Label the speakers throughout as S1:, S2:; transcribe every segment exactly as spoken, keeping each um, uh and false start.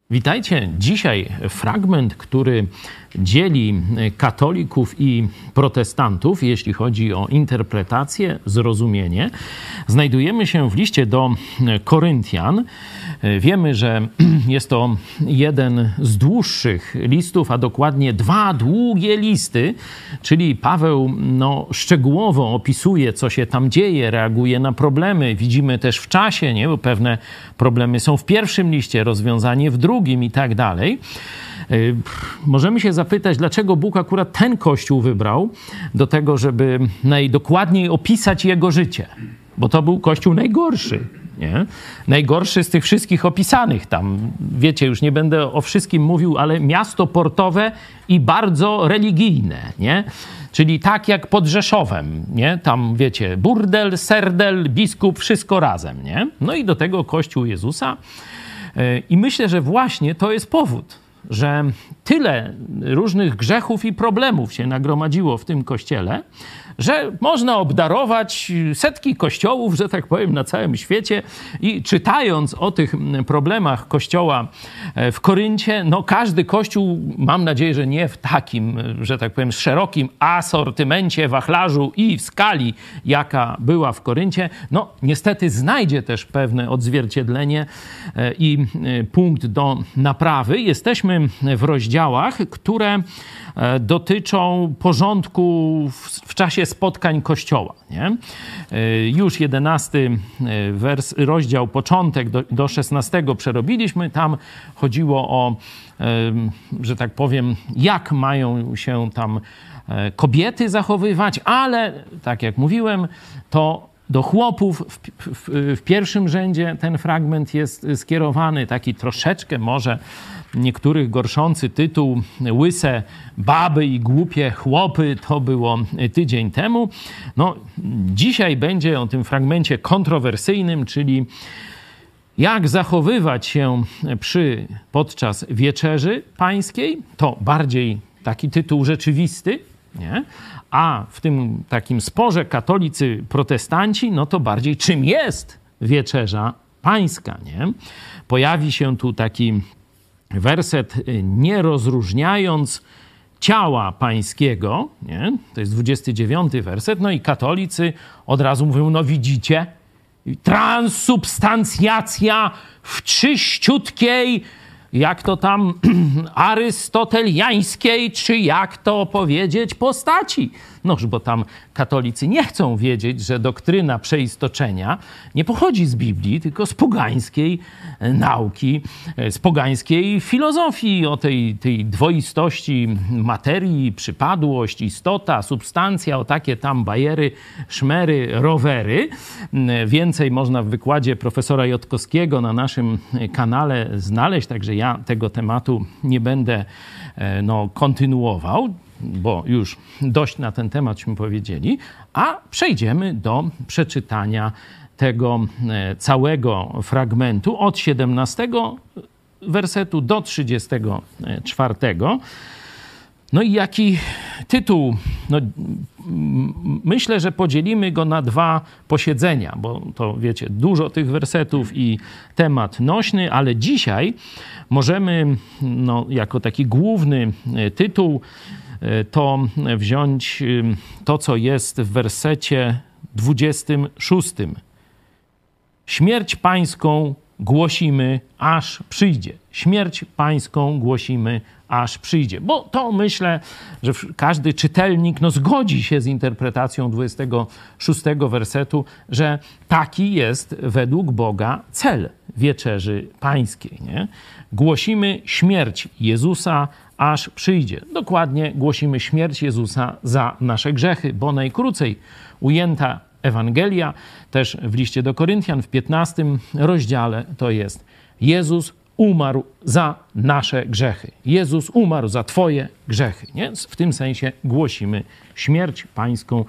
S1: Witajcie. Dzisiaj fragment, który dzieli katolików i protestantów, jeśli chodzi o interpretację, zrozumienie. Znajdujemy się w liście do Koryntian. Wiemy, że jest to jeden z dłuższych listów, a dokładnie dwa długie listy, czyli Paweł no, szczegółowo opisuje, co się tam dzieje, reaguje na problemy. Widzimy też w czasie, nie? Bo pewne problemy są w pierwszym liście, rozwiązanie w drugim i tak dalej. Możemy się zapytać, dlaczego Bóg akurat ten kościół wybrał do tego, żeby najdokładniej opisać jego życie. Bo to był kościół najgorszy. Nie? Najgorszy z tych wszystkich opisanych tam. Wiecie, już nie będę o wszystkim mówił, ale miasto portowe i bardzo religijne, nie? Czyli tak jak pod Rzeszowem, nie? Tam, wiecie, burdel, serdel, biskup, wszystko razem, nie? No i do tego Kościół Jezusa. I myślę, że właśnie to jest powód, że tyle różnych grzechów i problemów się nagromadziło w tym kościele, że można obdarować setki kościołów, że tak powiem, na całym świecie i czytając o tych problemach kościoła w Koryncie, no każdy kościół, mam nadzieję, że nie w takim, że tak powiem, szerokim asortymencie, wachlarzu i w skali, jaka była w Koryncie, no niestety znajdzie też pewne odzwierciedlenie i punkt do naprawy. Jesteśmy w rozdziałach, które dotyczą porządku w, w czasie spotkań Kościoła. Nie? Już jedenasty wers, rozdział, początek do, do szesnastego przerobiliśmy. Tam chodziło o, że tak powiem, jak mają się tam kobiety zachowywać, ale tak jak mówiłem, to do chłopów w, w, w pierwszym rzędzie ten fragment jest skierowany, taki troszeczkę może niektórych gorszący tytuł Łyse baby i głupie chłopy, to było tydzień temu. No, dzisiaj będzie o tym fragmencie kontrowersyjnym, czyli jak zachowywać się przy, podczas wieczerzy pańskiej. To bardziej taki tytuł rzeczywisty, nie? A w tym takim sporze katolicy, protestanci, no to bardziej czym jest wieczerza pańska, nie? Pojawi się tu taki werset, nie rozróżniając ciała pańskiego, nie? To jest dwudziesty dziewiąty werset, no i katolicy od razu mówią, no widzicie, transsubstancjacja w czyściutkiej, jak to tam arystoteliańskiej, czy jak to powiedzieć, postaci. Noż, bo tam katolicy nie chcą wiedzieć, że doktryna przeistoczenia nie pochodzi z Biblii, tylko z pogańskiej nauki, z pogańskiej filozofii o tej, tej dwoistości materii, przypadłość, istota, substancja, o takie tam bajery, szmery, rowery. Więcej można w wykładzie profesora Jotkowskiego na naszym kanale znaleźć, także ja tego tematu nie będę no, kontynuował, bo już dość na ten tematśmy powiedzieli, a przejdziemy do przeczytania tego całego fragmentu od siedemnastego wersetu do trzydziestego czwartego. No i jaki tytuł? No, myślę, że podzielimy go na dwa posiedzenia, bo to wiecie, dużo tych wersetów i temat nośny, ale dzisiaj możemy no, jako taki główny tytuł to wziąć to, co jest w wersecie dwudziestym szóstym. Śmierć pańską głosimy, aż przyjdzie. Śmierć pańską głosimy, aż przyjdzie. Bo to myślę, że każdy czytelnik no, zgodzi się z interpretacją dwudziestego szóstego wersetu, że taki jest według Boga cel wieczerzy pańskiej. Nie? Głosimy śmierć Jezusa, aż przyjdzie. Dokładnie głosimy śmierć Jezusa za nasze grzechy, bo najkrócej ujęta Ewangelia, też w liście do Koryntian w piętnastym rozdziale to jest Jezus umarł za nasze grzechy. Jezus umarł za twoje grzechy. Nie? W tym sensie głosimy śmierć pańską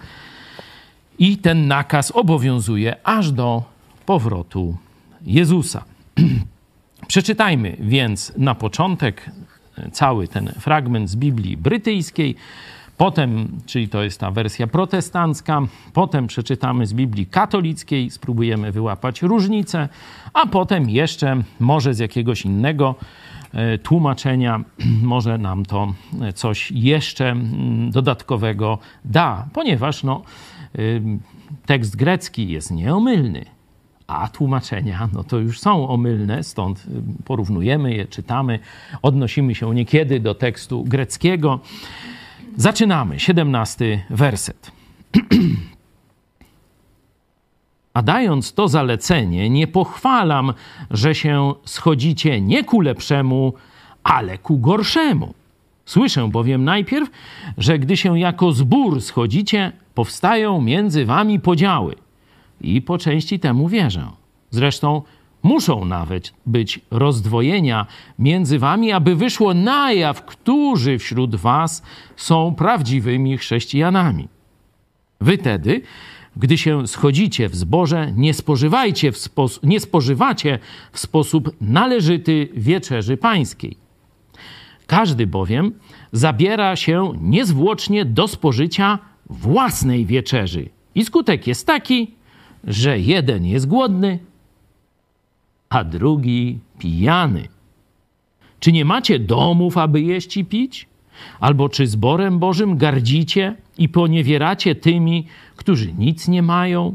S1: i ten nakaz obowiązuje aż do powrotu Jezusa. Przeczytajmy więc na początek cały ten fragment z Biblii brytyjskiej, potem, czyli to jest ta wersja protestancka, potem przeczytamy z Biblii katolickiej, spróbujemy wyłapać różnice, a potem jeszcze może z jakiegoś innego tłumaczenia może nam to coś jeszcze dodatkowego da, ponieważ no, tekst grecki jest nieomylny, a tłumaczenia no to już są omylne, stąd porównujemy je, czytamy, odnosimy się niekiedy do tekstu greckiego. Zaczynamy, siedemnasty werset. A dając to zalecenie, nie pochwalam, że się schodzicie nie ku lepszemu, ale ku gorszemu. Słyszę bowiem najpierw, że gdy się jako zbór schodzicie, powstają między wami podziały. I po części temu wierzę. Zresztą muszą nawet być rozdwojenia między wami, aby wyszło na jaw, którzy wśród was są prawdziwymi chrześcijanami. Wy tedy, gdy się schodzicie w zborze, nie spożywajcie w spos- nie spożywacie w sposób należyty wieczerzy pańskiej. Każdy bowiem zabiera się niezwłocznie do spożycia własnej wieczerzy. I skutek jest taki, że jeden jest głodny, a drugi pijany. Czy nie macie domów, aby jeść i pić? Albo czy zborem Bożym gardzicie i poniewieracie tymi, którzy nic nie mają?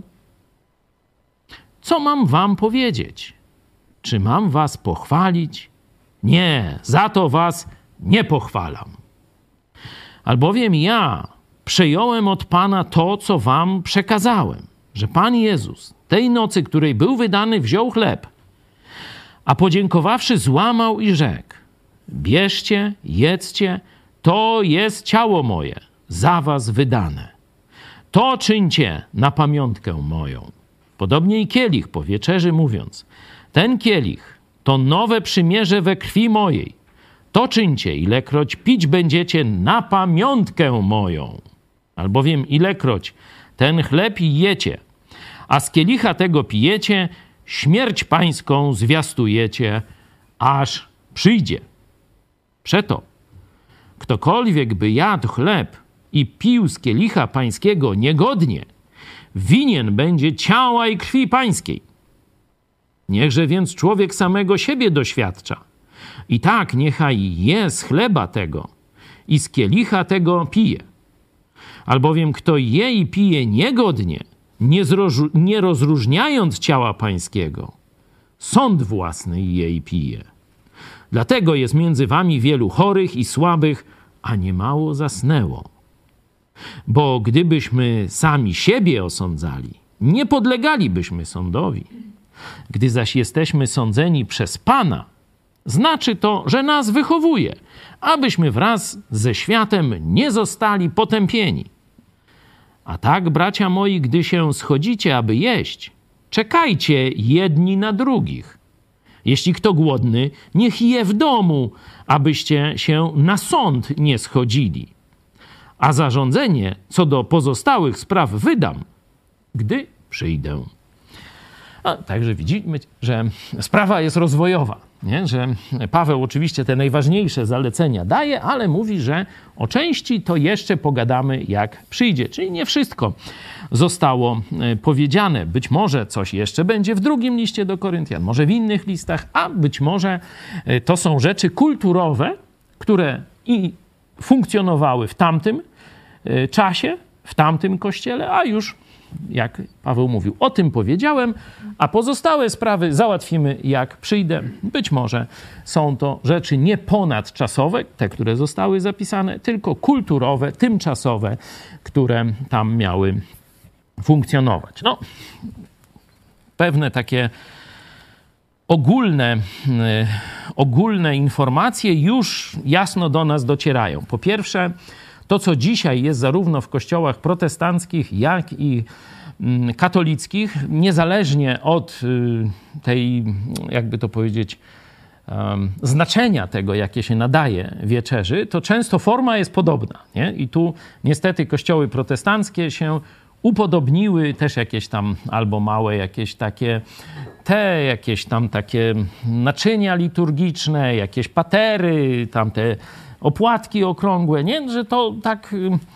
S1: Co mam wam powiedzieć? Czy mam was pochwalić? Nie, za to was nie pochwalam. Albowiem ja przejąłem od Pana to, co wam przekazałem, że Pan Jezus tej nocy, której był wydany, wziął chleb, a podziękowawszy złamał i rzekł: bierzcie, jedzcie, to jest ciało moje, za was wydane. To czyńcie na pamiątkę moją. Podobnie i kielich po wieczerzy mówiąc: ten kielich to nowe przymierze we krwi mojej. To czyńcie, ilekroć pić będziecie na pamiątkę moją. Albowiem ilekroć ten chleb jecie, a z kielicha tego pijecie, śmierć pańską zwiastujecie, aż przyjdzie. Przeto, ktokolwiek by jadł chleb i pił z kielicha pańskiego niegodnie, winien będzie ciała i krwi pańskiej. Niechże więc człowiek samego siebie doświadcza. I tak niechaj je z chleba tego i z kielicha tego pije. Albowiem kto je i pije niegodnie, nie, zrożu- nie rozróżniając ciała pańskiego, sąd własny je i pije. Dlatego jest między wami wielu chorych i słabych, a niemało zasnęło. Bo gdybyśmy sami siebie osądzali, nie podlegalibyśmy sądowi. Gdy zaś jesteśmy sądzeni przez Pana, znaczy to, że nas wychowuje, abyśmy wraz ze światem nie zostali potępieni. A tak, bracia moi, gdy się schodzicie, aby jeść, czekajcie jedni na drugich. Jeśli kto głodny, niech je w domu, abyście się na sąd nie schodzili. A zarządzenie co do pozostałych spraw wydam, gdy przyjdę. A także widzimy, że sprawa jest rozwojowa, nie? Że Paweł oczywiście te najważniejsze zalecenia daje, ale mówi, że o części to jeszcze pogadamy, jak przyjdzie. Czyli nie wszystko zostało powiedziane. Być może coś jeszcze będzie w drugim liście do Koryntian, może w innych listach, a być może to są rzeczy kulturowe, które i funkcjonowały w tamtym czasie, w tamtym kościele, a już, jak Paweł mówił, o tym powiedziałem, a pozostałe sprawy załatwimy, jak przyjdę. Być może są to rzeczy nie ponadczasowe, te, które zostały zapisane, tylko kulturowe, tymczasowe, które tam miały funkcjonować. No, pewne takie ogólne, ogólne informacje już jasno do nas docierają. Po pierwsze, to, co dzisiaj jest zarówno w kościołach protestanckich, jak i katolickich, niezależnie od tej, jakby to powiedzieć, znaczenia tego, jakie się nadaje wieczerzy, to często forma jest podobna, nie? I tu niestety kościoły protestanckie się upodobniły, też jakieś tam albo małe jakieś takie te, jakieś tam takie naczynia liturgiczne, jakieś patery, tam te opłatki okrągłe, nie? Że to tak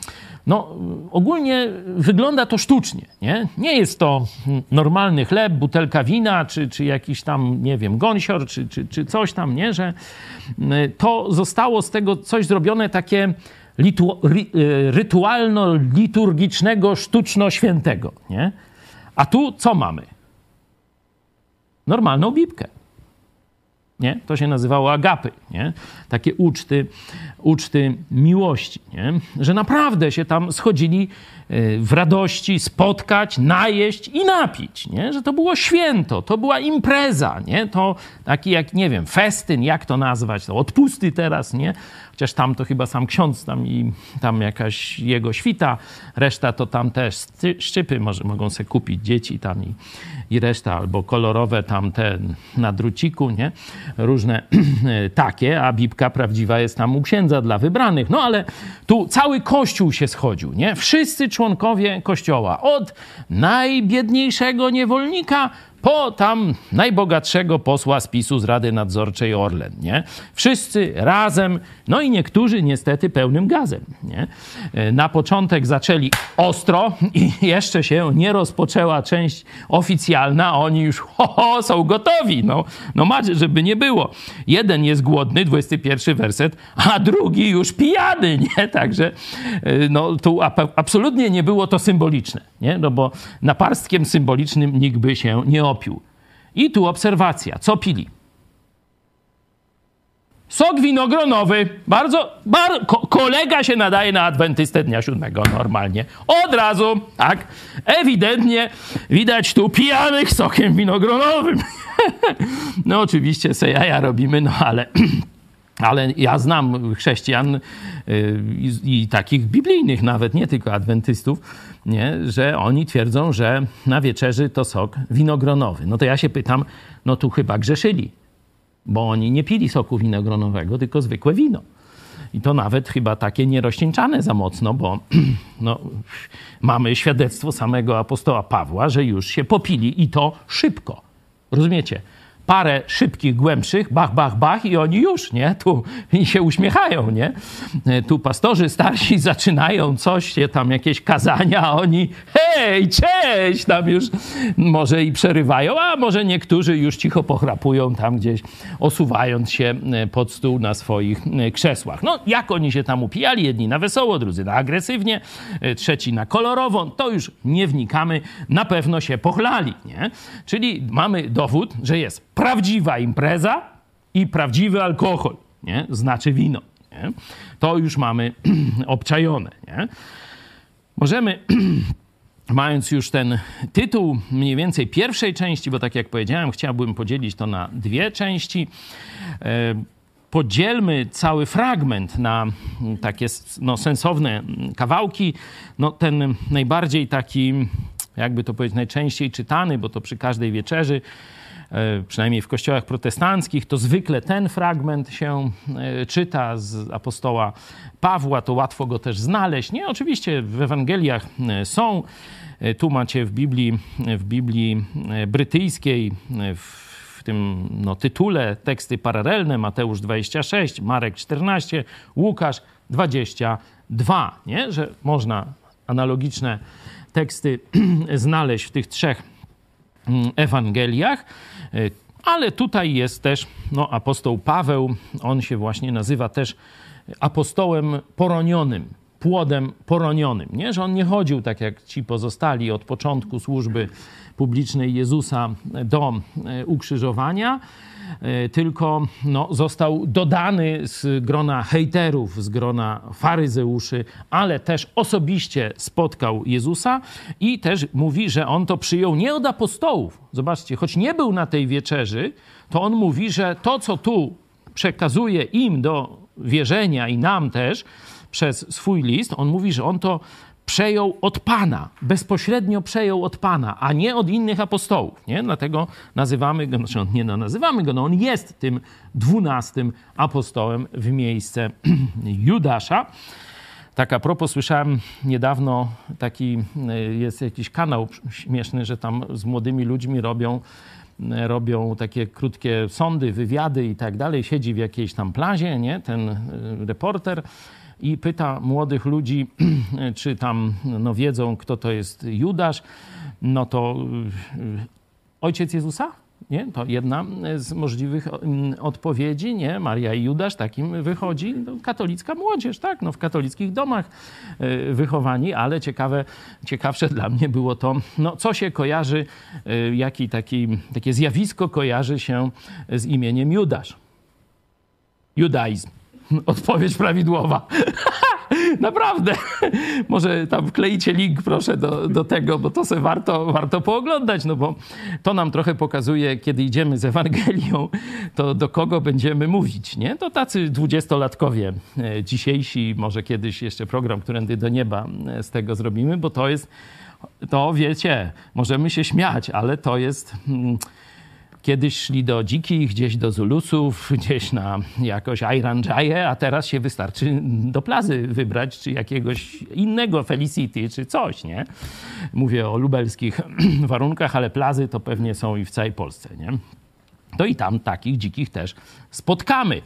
S1: no ogólnie wygląda to sztucznie, nie? Nie jest to normalny chleb, butelka wina, czy, czy jakiś tam, nie wiem, gąsior, czy, czy, czy coś tam, nie? Że to zostało z tego coś zrobione takie litu, rytualno-liturgicznego, sztuczno-świętego, nie? A tu co mamy? Normalną bibkę. Nie? To się nazywało agapy, nie? Takie uczty, uczty miłości, nie? Że naprawdę się tam schodzili w radości spotkać, najeść i napić, nie? Że to było święto, to była impreza, nie? To taki jak, nie wiem, festyn, jak to nazwać, to odpusty teraz, nie? Chociaż tam to chyba sam ksiądz tam i tam jakaś jego świta, reszta to tam też szczypy może mogą sobie kupić dzieci tam i, i reszta, albo kolorowe tam te na druciku, nie? Różne takie, a bibka prawdziwa jest tam u księdza dla wybranych. No ale tu cały kościół się schodził, nie? Wszyscy członkowie kościoła, od najbiedniejszego niewolnika po tam najbogatszego posła z PiSu z Rady Nadzorczej Orlen, nie? Wszyscy razem, no i niektórzy niestety pełnym gazem, nie? Na początek zaczęli ostro i jeszcze się nie rozpoczęła część oficjalna, a oni już ho, ho, są gotowi, no, no macie, żeby nie było. Jeden jest głodny, dwudziesty pierwszy werset, a drugi już pijany, nie? Także no tu absolutnie nie było to symboliczne, nie? No bo naparstkiem symbolicznym nikt by się nie opił. I tu obserwacja. Co pili? Sok winogronowy. Bardzo, bardzo ko- kolega się nadaje na adwentystę dnia siódmego normalnie. Od razu, tak. Ewidentnie widać tu pijanych sokiem winogronowym. No oczywiście se jaja robimy, no ale... Ale ja znam chrześcijan yy, i, i takich biblijnych nawet, nie tylko adwentystów, nie, że oni twierdzą, że na wieczerzy to sok winogronowy. No to ja się pytam, no tu chyba grzeszyli, bo oni nie pili soku winogronowego, tylko zwykłe wino. I to nawet chyba takie nierozcieńczane za mocno, bo no, mamy świadectwo samego apostoła Pawła, że już się popili i to szybko. Rozumiecie? Parę szybkich, głębszych, bach, bach, bach i oni już, nie? Tu się uśmiechają, nie? Tu pastorzy starsi zaczynają coś, tam jakieś kazania, a oni hej, cześć, tam już może i przerywają, a może niektórzy już cicho pochrapują tam gdzieś, osuwając się pod stół na swoich krzesłach. No, jak oni się tam upijali, jedni na wesoło, drudzy na agresywnie, trzeci na kolorowo, to już nie wnikamy, na pewno się pochlali, nie? Czyli mamy dowód, że jest prawdziwa impreza i prawdziwy alkohol, nie? Znaczy wino. Nie? To już mamy obczajone. Nie? Możemy, mając już ten tytuł mniej więcej pierwszej części, bo tak jak powiedziałem, chciałbym podzielić to na dwie części. Podzielmy cały fragment na takie no, sensowne kawałki. No, ten najbardziej taki, jakby to powiedzieć, najczęściej czytany, bo to przy każdej wieczerzy, przynajmniej w kościołach protestanckich, to zwykle ten fragment się czyta z apostoła Pawła, to łatwo go też znaleźć. Nie, oczywiście w Ewangeliach są, tu macie w Biblii, w Biblii brytyjskiej, w tym no, tytule teksty paralelne, Mateusz dwadzieścia sześć, Marek czternaście, Łukasz dwadzieścia dwa, nie? Że można analogiczne teksty znaleźć w tych trzech Ewangeliach, ale tutaj jest też no, apostoł Paweł, on się właśnie nazywa też apostołem poronionym, płodem poronionym, nie? Że on nie chodził tak jak ci pozostali od początku służby publicznej Jezusa do ukrzyżowania, tylko no, został dodany z grona hejterów, z grona faryzeuszy, ale też osobiście spotkał Jezusa i też mówi, że on to przyjął nie od apostołów. Zobaczcie, choć nie był na tej wieczerzy, to on mówi, że to, co tu przekazuje im do wierzenia i nam też przez swój list, on mówi, że on to przejął od Pana, bezpośrednio przejął od Pana, a nie od innych apostołów, nie? Dlatego nazywamy go, znaczy nie no, nazywamy go, no on jest tym dwunastym apostołem w miejsce Judasza. Tak a propos, słyszałem niedawno taki, jest jakiś kanał śmieszny, że tam z młodymi ludźmi robią robią takie krótkie sądy, wywiady i tak dalej. Siedzi w jakiejś tam plazie, nie? Ten reporter i pyta młodych ludzi, czy tam no, wiedzą, kto to jest Judasz, no to ojciec Jezusa? Nie? To jedna z możliwych odpowiedzi, nie? Maria i Judasz, takim wychodzi no, katolicka młodzież, tak? No, w katolickich domach wychowani, ale ciekawe, ciekawsze dla mnie było to, no, co się kojarzy, jaki taki, takie zjawisko kojarzy się z imieniem Judasz. Judaizm. Odpowiedź prawidłowa. Naprawdę. Może tam wkleicie link, proszę, do, do tego, bo to sobie warto, warto pooglądać, no bo to nam trochę pokazuje, kiedy idziemy z Ewangelią, to do kogo będziemy mówić, nie? To tacy dwudziestolatkowie dzisiejsi, może kiedyś jeszcze program Którędy do nieba z tego zrobimy, bo to jest, to wiecie, możemy się śmiać, ale to jest... Hmm, kiedyś szli do dzikich, gdzieś do Zulusów, gdzieś na jakoś Ajranjaje, a teraz się wystarczy do Plazy wybrać, czy jakiegoś innego Felicity, czy coś, nie? Mówię o lubelskich warunkach, ale Plazy to pewnie są i w całej Polsce, nie? To i tam takich dzikich też spotkamy.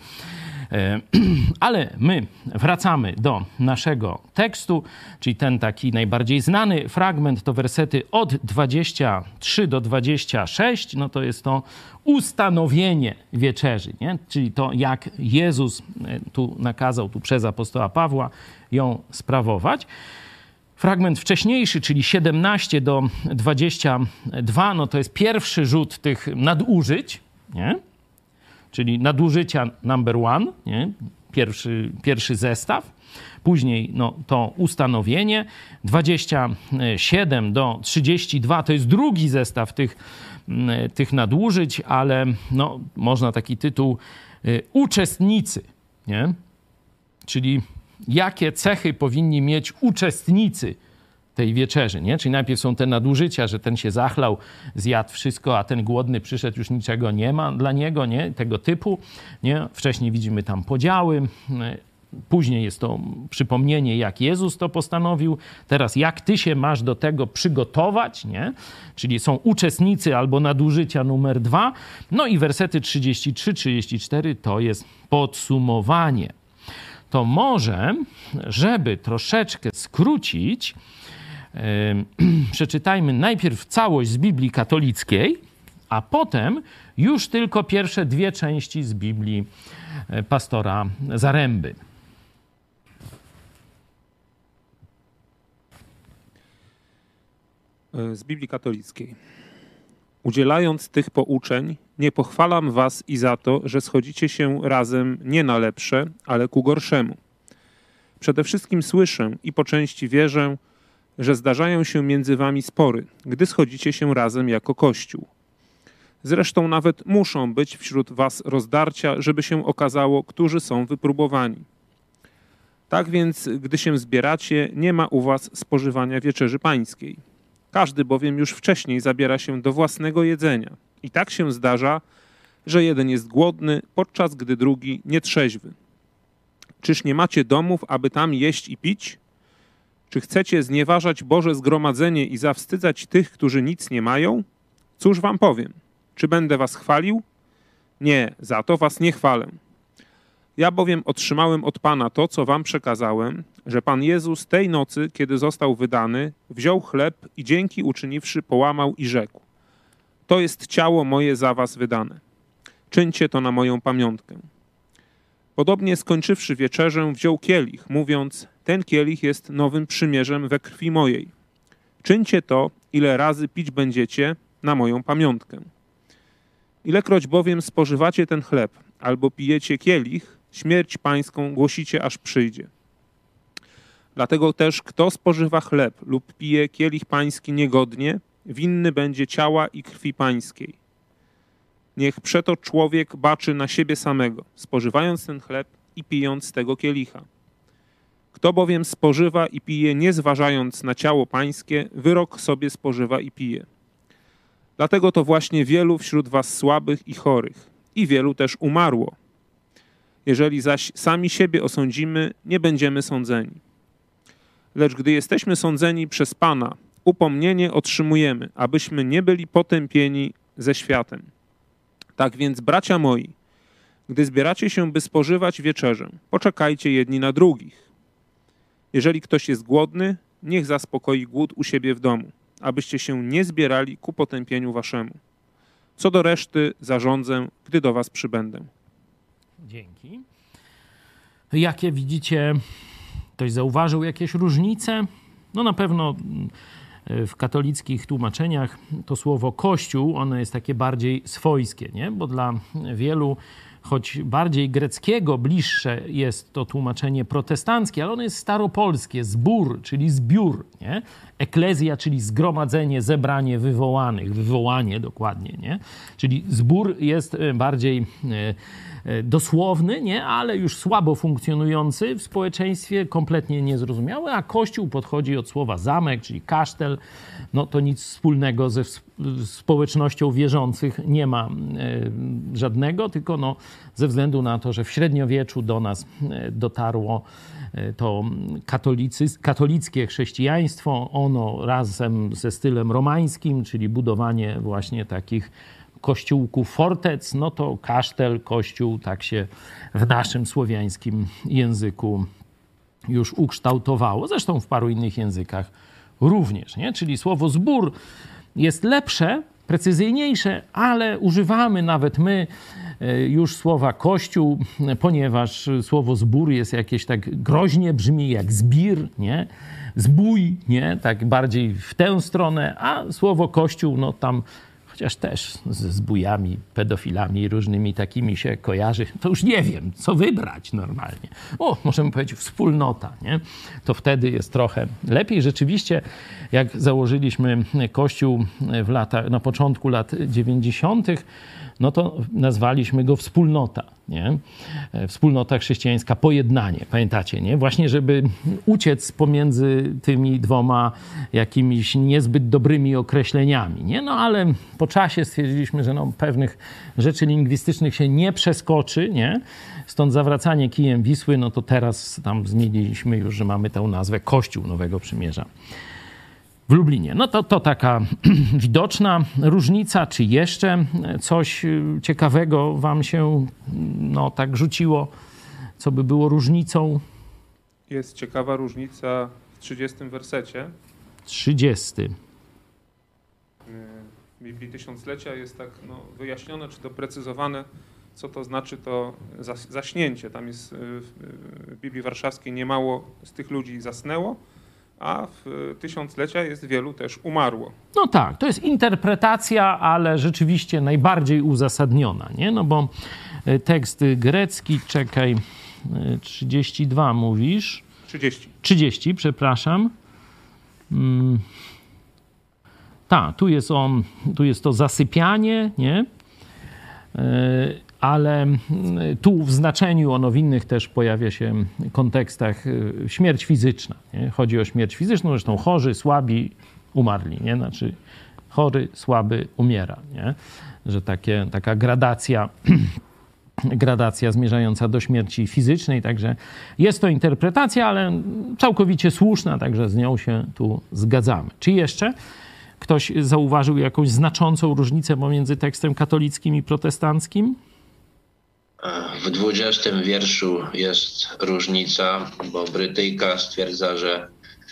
S1: Ale my wracamy do naszego tekstu, czyli ten taki najbardziej znany fragment to wersety od dwudziestego trzeciego do dwudziestego szóstego, no to jest to ustanowienie wieczerzy, nie? Czyli to jak Jezus tu nakazał, tu przez apostoła Pawła ją sprawować. Fragment wcześniejszy, czyli siedemnaście do dwudziestego drugiego, no to jest pierwszy rzut tych nadużyć, nie? Czyli nadużycia number one, nie? Pierwszy, pierwszy zestaw. Później no, to ustanowienie. dwadzieścia siedem do trzydziestu dwóch to jest drugi zestaw tych, tych nadużyć, ale no, można taki tytuł y, uczestnicy, nie? Czyli jakie cechy powinni mieć uczestnicy tej wieczerzy, nie? Czyli najpierw są te nadużycia, że ten się zachlał, zjadł wszystko, a ten głodny przyszedł, już niczego nie ma dla niego, nie? Tego typu, nie? Wcześniej widzimy tam podziały, później jest to przypomnienie, jak Jezus to postanowił, teraz jak ty się masz do tego przygotować, nie? Czyli są uczestnicy albo nadużycia numer dwa, no i wersety trzydzieści trzy trzydzieści cztery to jest podsumowanie. To może, żeby troszeczkę skrócić, przeczytajmy najpierw całość z Biblii katolickiej, a potem już tylko pierwsze dwie części z Biblii pastora Zaręby.
S2: Z Biblii katolickiej. Udzielając tych pouczeń, nie pochwalam was i za to, że schodzicie się razem nie na lepsze, ale ku gorszemu. Przede wszystkim słyszę i po części wierzę, że zdarzają się między wami spory, gdy schodzicie się razem jako Kościół. Zresztą nawet muszą być wśród was rozdarcia, żeby się okazało, którzy są wypróbowani. Tak więc, gdy się zbieracie, nie ma u was spożywania wieczerzy pańskiej. Każdy bowiem już wcześniej zabiera się do własnego jedzenia. I tak się zdarza, że jeden jest głodny, podczas gdy drugi nietrzeźwy. Czyż nie macie domów, aby tam jeść i pić? Czy chcecie znieważać Boże zgromadzenie i zawstydzać tych, którzy nic nie mają? Cóż wam powiem? Czy będę was chwalił? Nie, za to was nie chwalę. Ja bowiem otrzymałem od Pana to, co wam przekazałem, że Pan Jezus tej nocy, kiedy został wydany, wziął chleb i dzięki uczyniwszy połamał i rzekł: to jest ciało moje za was wydane. Czyńcie to na moją pamiątkę. Podobnie skończywszy wieczerzę, wziął kielich, mówiąc: ten kielich jest nowym przymierzem we krwi mojej. Czyńcie to, ile razy pić będziecie, na moją pamiątkę. Ilekroć bowiem spożywacie ten chleb albo pijecie kielich, śmierć pańską głosicie, aż przyjdzie. Dlatego też, kto spożywa chleb lub pije kielich pański niegodnie, winny będzie ciała i krwi pańskiej. Niech przeto człowiek baczy na siebie samego, spożywając ten chleb i pijąc z tego kielicha. Kto bowiem spożywa i pije, nie zważając na ciało pańskie, wyrok sobie spożywa i pije. Dlatego to właśnie wielu wśród was słabych i chorych, i wielu też umarło. Jeżeli zaś sami siebie osądzimy, nie będziemy sądzeni. Lecz gdy jesteśmy sądzeni przez Pana, upomnienie otrzymujemy, abyśmy nie byli potępieni ze światem. Tak więc, bracia moi, gdy zbieracie się, by spożywać wieczerzę, poczekajcie jedni na drugich. Jeżeli ktoś jest głodny, niech zaspokoi głód u siebie w domu, abyście się nie zbierali ku potępieniu waszemu. Co do reszty zarządzę, gdy do was przybędę.
S1: Dzięki. Jakie widzicie, ktoś zauważył jakieś różnice? No na pewno w katolickich tłumaczeniach to słowo Kościół, ono jest takie bardziej swojskie, nie? Bo dla wielu, choć bardziej greckiego, bliższe jest to tłumaczenie protestanckie, ale ono jest staropolskie, zbór, czyli zbiór, nie? Eklezja, czyli zgromadzenie, zebranie wywołanych, wywołanie dokładnie, nie? Czyli zbór jest bardziej dosłowny, nie? Ale już słabo funkcjonujący w społeczeństwie, kompletnie niezrozumiały, a Kościół podchodzi od słowa zamek, czyli kasztel. No to nic wspólnego ze społecznością wierzących nie ma żadnego, tylko no, ze względu na to, że w średniowieczu do nas dotarło to katolicy, katolickie chrześcijaństwo, ono razem ze stylem romańskim, czyli budowanie właśnie takich kościółków, fortec, no to kasztel, kościół, tak się w naszym słowiańskim języku już ukształtowało. Zresztą w paru innych językach również, nie? Czyli słowo zbór jest lepsze, precyzyjniejsze, ale używamy nawet my już słowa kościół, ponieważ słowo zbór jest jakieś tak groźnie brzmi jak zbir, nie? Zbój, nie? Tak bardziej w tę stronę, a słowo kościół, no tam chociaż też ze zbójami, pedofilami różnymi takimi się kojarzy, to już nie wiem, co wybrać normalnie. O, możemy powiedzieć wspólnota, nie? To wtedy jest trochę lepiej. Rzeczywiście, jak założyliśmy Kościół w lata, na początku lat dziewięćdziesiątych, no to nazwaliśmy go wspólnota, nie? Wspólnota chrześcijańska, pojednanie, pamiętacie, nie? Właśnie, żeby uciec pomiędzy tymi dwoma jakimiś niezbyt dobrymi określeniami, nie? No ale po czasie stwierdziliśmy, że no, pewnych rzeczy lingwistycznych się nie przeskoczy, nie? Stąd zawracanie kijem Wisły, no to teraz tam zmieniliśmy już, że mamy tę nazwę Kościół Nowego Przymierza w Lublinie. No to, to taka widoczna różnica. Czy jeszcze coś ciekawego wam się no, tak rzuciło, co by było różnicą?
S2: Jest ciekawa różnica w trzydziestym wersecie.
S1: trzydziesty.
S2: W Biblii Tysiąclecia jest tak no, wyjaśnione, czy doprecyzowane, co to znaczy to zaśnięcie. Tam jest w Biblii Warszawskiej niemało z tych ludzi zasnęło, a w tysiąclecia jest wielu też umarło.
S1: No tak, to jest interpretacja, ale rzeczywiście najbardziej uzasadniona, nie? No bo tekst grecki, czekaj, trzydzieści dwa mówisz?
S2: trzydzieści.
S1: trzydzieści, przepraszam. Hmm. Tak, tu jest on, tu jest to zasypianie, nie? Ale tu w znaczeniu, ono w innych też pojawia się kontekstach śmierć fizyczna. Nie? Chodzi o śmierć fizyczną, zresztą chorzy, słabi, umarli. Nie? Znaczy chory, słaby umiera. Nie? Że takie, taka gradacja, gradacja zmierzająca do śmierci fizycznej. Także jest to interpretacja, ale całkowicie słuszna, także z nią się tu zgadzamy. Czy jeszcze ktoś zauważył jakąś znaczącą różnicę pomiędzy tekstem katolickim i protestanckim?
S3: W dwudziestym wierszu jest różnica, bo Brytyjka stwierdza, że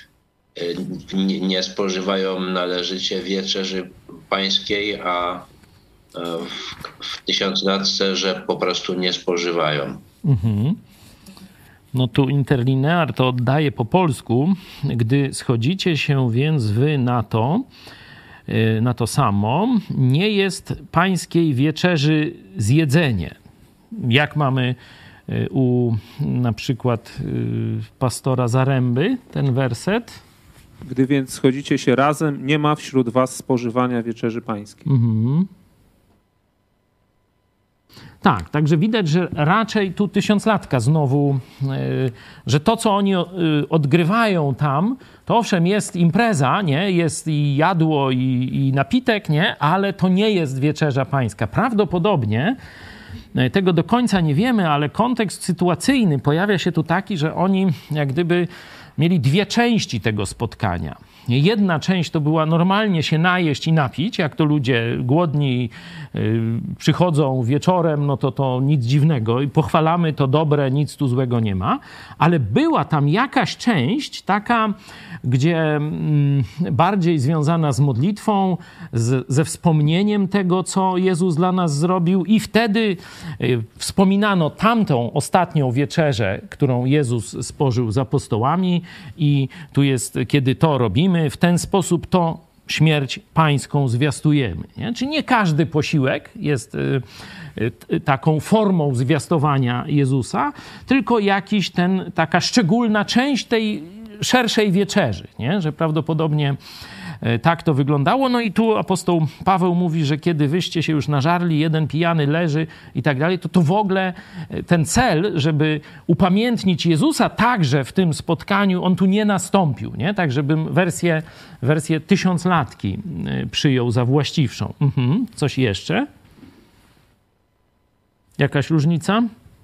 S3: nie spożywają należycie wieczerzy pańskiej, a w tysiąclatce, że po prostu nie spożywają. Mhm.
S1: No tu interlinear to oddaje po polsku. Gdy schodzicie się więc wy na to, na to samo, nie jest pańskiej wieczerzy zjedzenie. Jak mamy u na przykład pastora Zaręby ten werset?
S2: Gdy więc schodzicie się razem, nie ma wśród was spożywania wieczerzy pańskiej. Mhm.
S1: Tak, także widać, że raczej tu tysiąclatka znowu, że to, co oni odgrywają tam, to owszem jest impreza, nie? Jest i jadło, i, i napitek, nie? Ale to nie jest wieczerza pańska. Prawdopodobnie, tego do końca nie wiemy, ale kontekst sytuacyjny pojawia się tu taki, że oni jak gdyby mieli dwie części tego spotkania. Jedna część to była normalnie się najeść i napić, jak to ludzie głodni yy, przychodzą wieczorem, no to to nic dziwnego i pochwalamy to dobre, nic tu złego nie ma, ale była tam jakaś część taka, gdzie mm, bardziej związana z modlitwą, z, ze wspomnieniem tego, co Jezus dla nas zrobił i wtedy yy, wspominano tamtą ostatnią wieczerzę, którą Jezus spożył z apostołami i tu jest, kiedy to robimy, w ten sposób to śmierć pańską zwiastujemy. Nie? Czyli nie każdy posiłek jest y, y, taką formą zwiastowania Jezusa, tylko jakiś ten, taka szczególna część tej szerszej wieczerzy, nie? Że prawdopodobnie tak to wyglądało. No i tu apostoł Paweł mówi, że kiedy wyście się już nażarli, jeden pijany leży i tak dalej, to to w ogóle ten cel, żeby upamiętnić Jezusa także w tym spotkaniu, on tu nie nastąpił, nie? Tak, żebym wersję, wersję tysiąclatki przyjął za właściwszą. Mhm. Coś jeszcze? Jakaś różnica?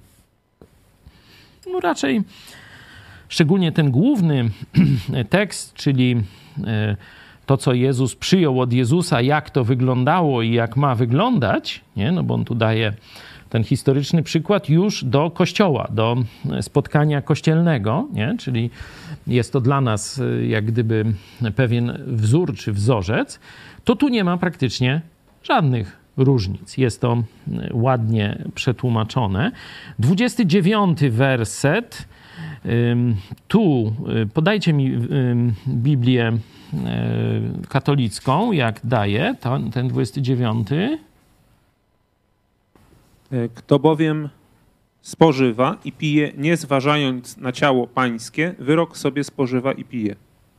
S1: No raczej szczególnie ten główny tekst, czyli to, co Jezus przyjął od Jezusa, jak to wyglądało i jak ma wyglądać, nie? No bo on tu daje ten historyczny przykład już do kościoła, do spotkania kościelnego, nie? Czyli jest to dla nas jak gdyby pewien wzór czy wzorzec, to tu nie ma praktycznie żadnych różnic. Jest to ładnie przetłumaczone. dwudziesty dziewiąty werset. Tu podajcie mi Biblię katolicką, jak daje ten, ten dwudziesty dziewiąty.
S2: Kto bowiem spożywa i pije, nie zważając na ciało pańskie, wyrok sobie spożywa i pije.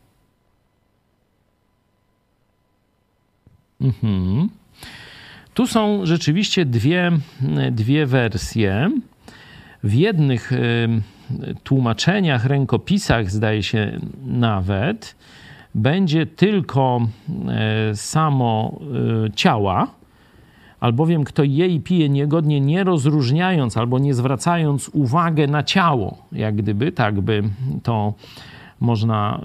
S1: Mhm. Tu są rzeczywiście dwie, dwie wersje. W jednych tłumaczeniach, rękopisach, zdaje się nawet, będzie tylko samo ciała, albowiem kto je i pije niegodnie, nie rozróżniając albo nie zwracając uwagi na ciało, jak gdyby, tak by to można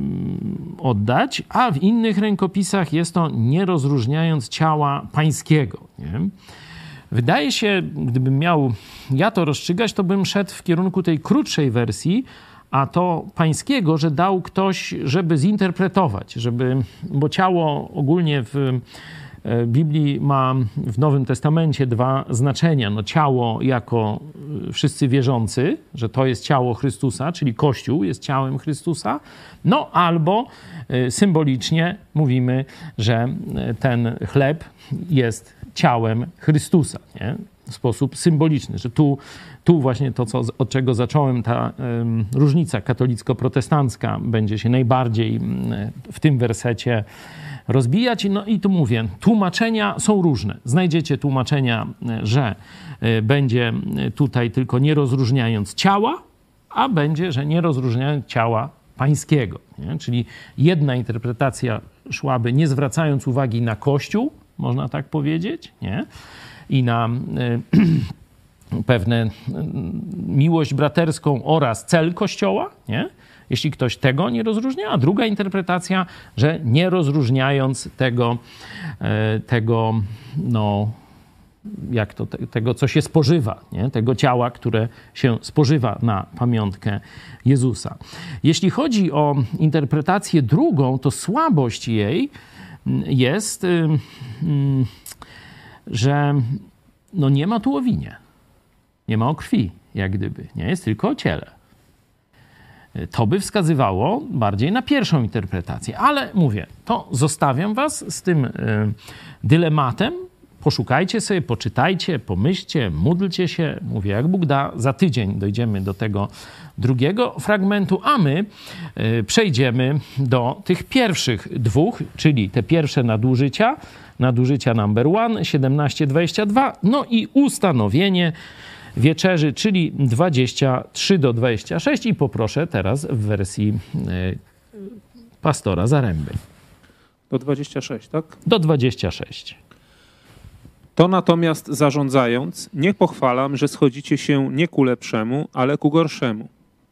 S1: oddać, a w innych rękopisach jest to nie rozróżniając ciała pańskiego. Nie? Wydaje się, gdybym miał ja to rozstrzygać, to bym szedł w kierunku tej krótszej wersji, a to pańskiego, że dał ktoś, żeby zinterpretować, żeby, bo ciało ogólnie w Biblii ma w Nowym Testamencie dwa znaczenia. No, ciało jako wszyscy wierzący, że to jest ciało Chrystusa, czyli Kościół jest ciałem Chrystusa, no albo symbolicznie mówimy, że ten chleb jest ciałem Chrystusa, nie? W sposób symboliczny, że tu, tu właśnie to, co, od czego zacząłem, ta um, różnica katolicko-protestancka będzie się najbardziej w tym wersecie rozbijać. No i tu mówię, tłumaczenia są różne. Znajdziecie tłumaczenia, że będzie tutaj tylko nie rozróżniając ciała, a będzie, że nie rozróżniając ciała pańskiego. Nie? Czyli jedna interpretacja szłaby nie zwracając uwagi na Kościół, można tak powiedzieć, nie? I na y, pewne y, miłość braterską oraz cel Kościoła, nie? Jeśli ktoś tego nie rozróżnia, a druga interpretacja, że nie rozróżniając tego, y, tego no, jak to, te, tego, co się spożywa, nie? Tego ciała, które się spożywa na pamiątkę Jezusa. Jeśli chodzi o interpretację drugą, to słabość jej jest, że no nie ma tu o winie, nie ma o krwi, jak gdyby, nie jest tylko o ciele. To by wskazywało bardziej na pierwszą interpretację, ale mówię, to zostawiam was z tym dylematem. Poszukajcie sobie, poczytajcie, pomyślcie, módlcie się. Mówię, jak Bóg da, za tydzień dojdziemy do tego drugiego fragmentu, a my y, przejdziemy do tych pierwszych dwóch, czyli te pierwsze nadużycia, nadużycia number one, siedemnaście dwadzieścia dwa, no i ustanowienie wieczerzy, czyli dwadzieścia trzy do dwudziestu sześciu i poproszę teraz w wersji y, pastora Zaręby.
S2: Do dwudziestu sześciu, tak?
S1: Do dwudziestu sześciu.
S2: To natomiast zarządzając, nie pochwalam, że schodzicie się nie ku lepszemu, ale ku gorszemu.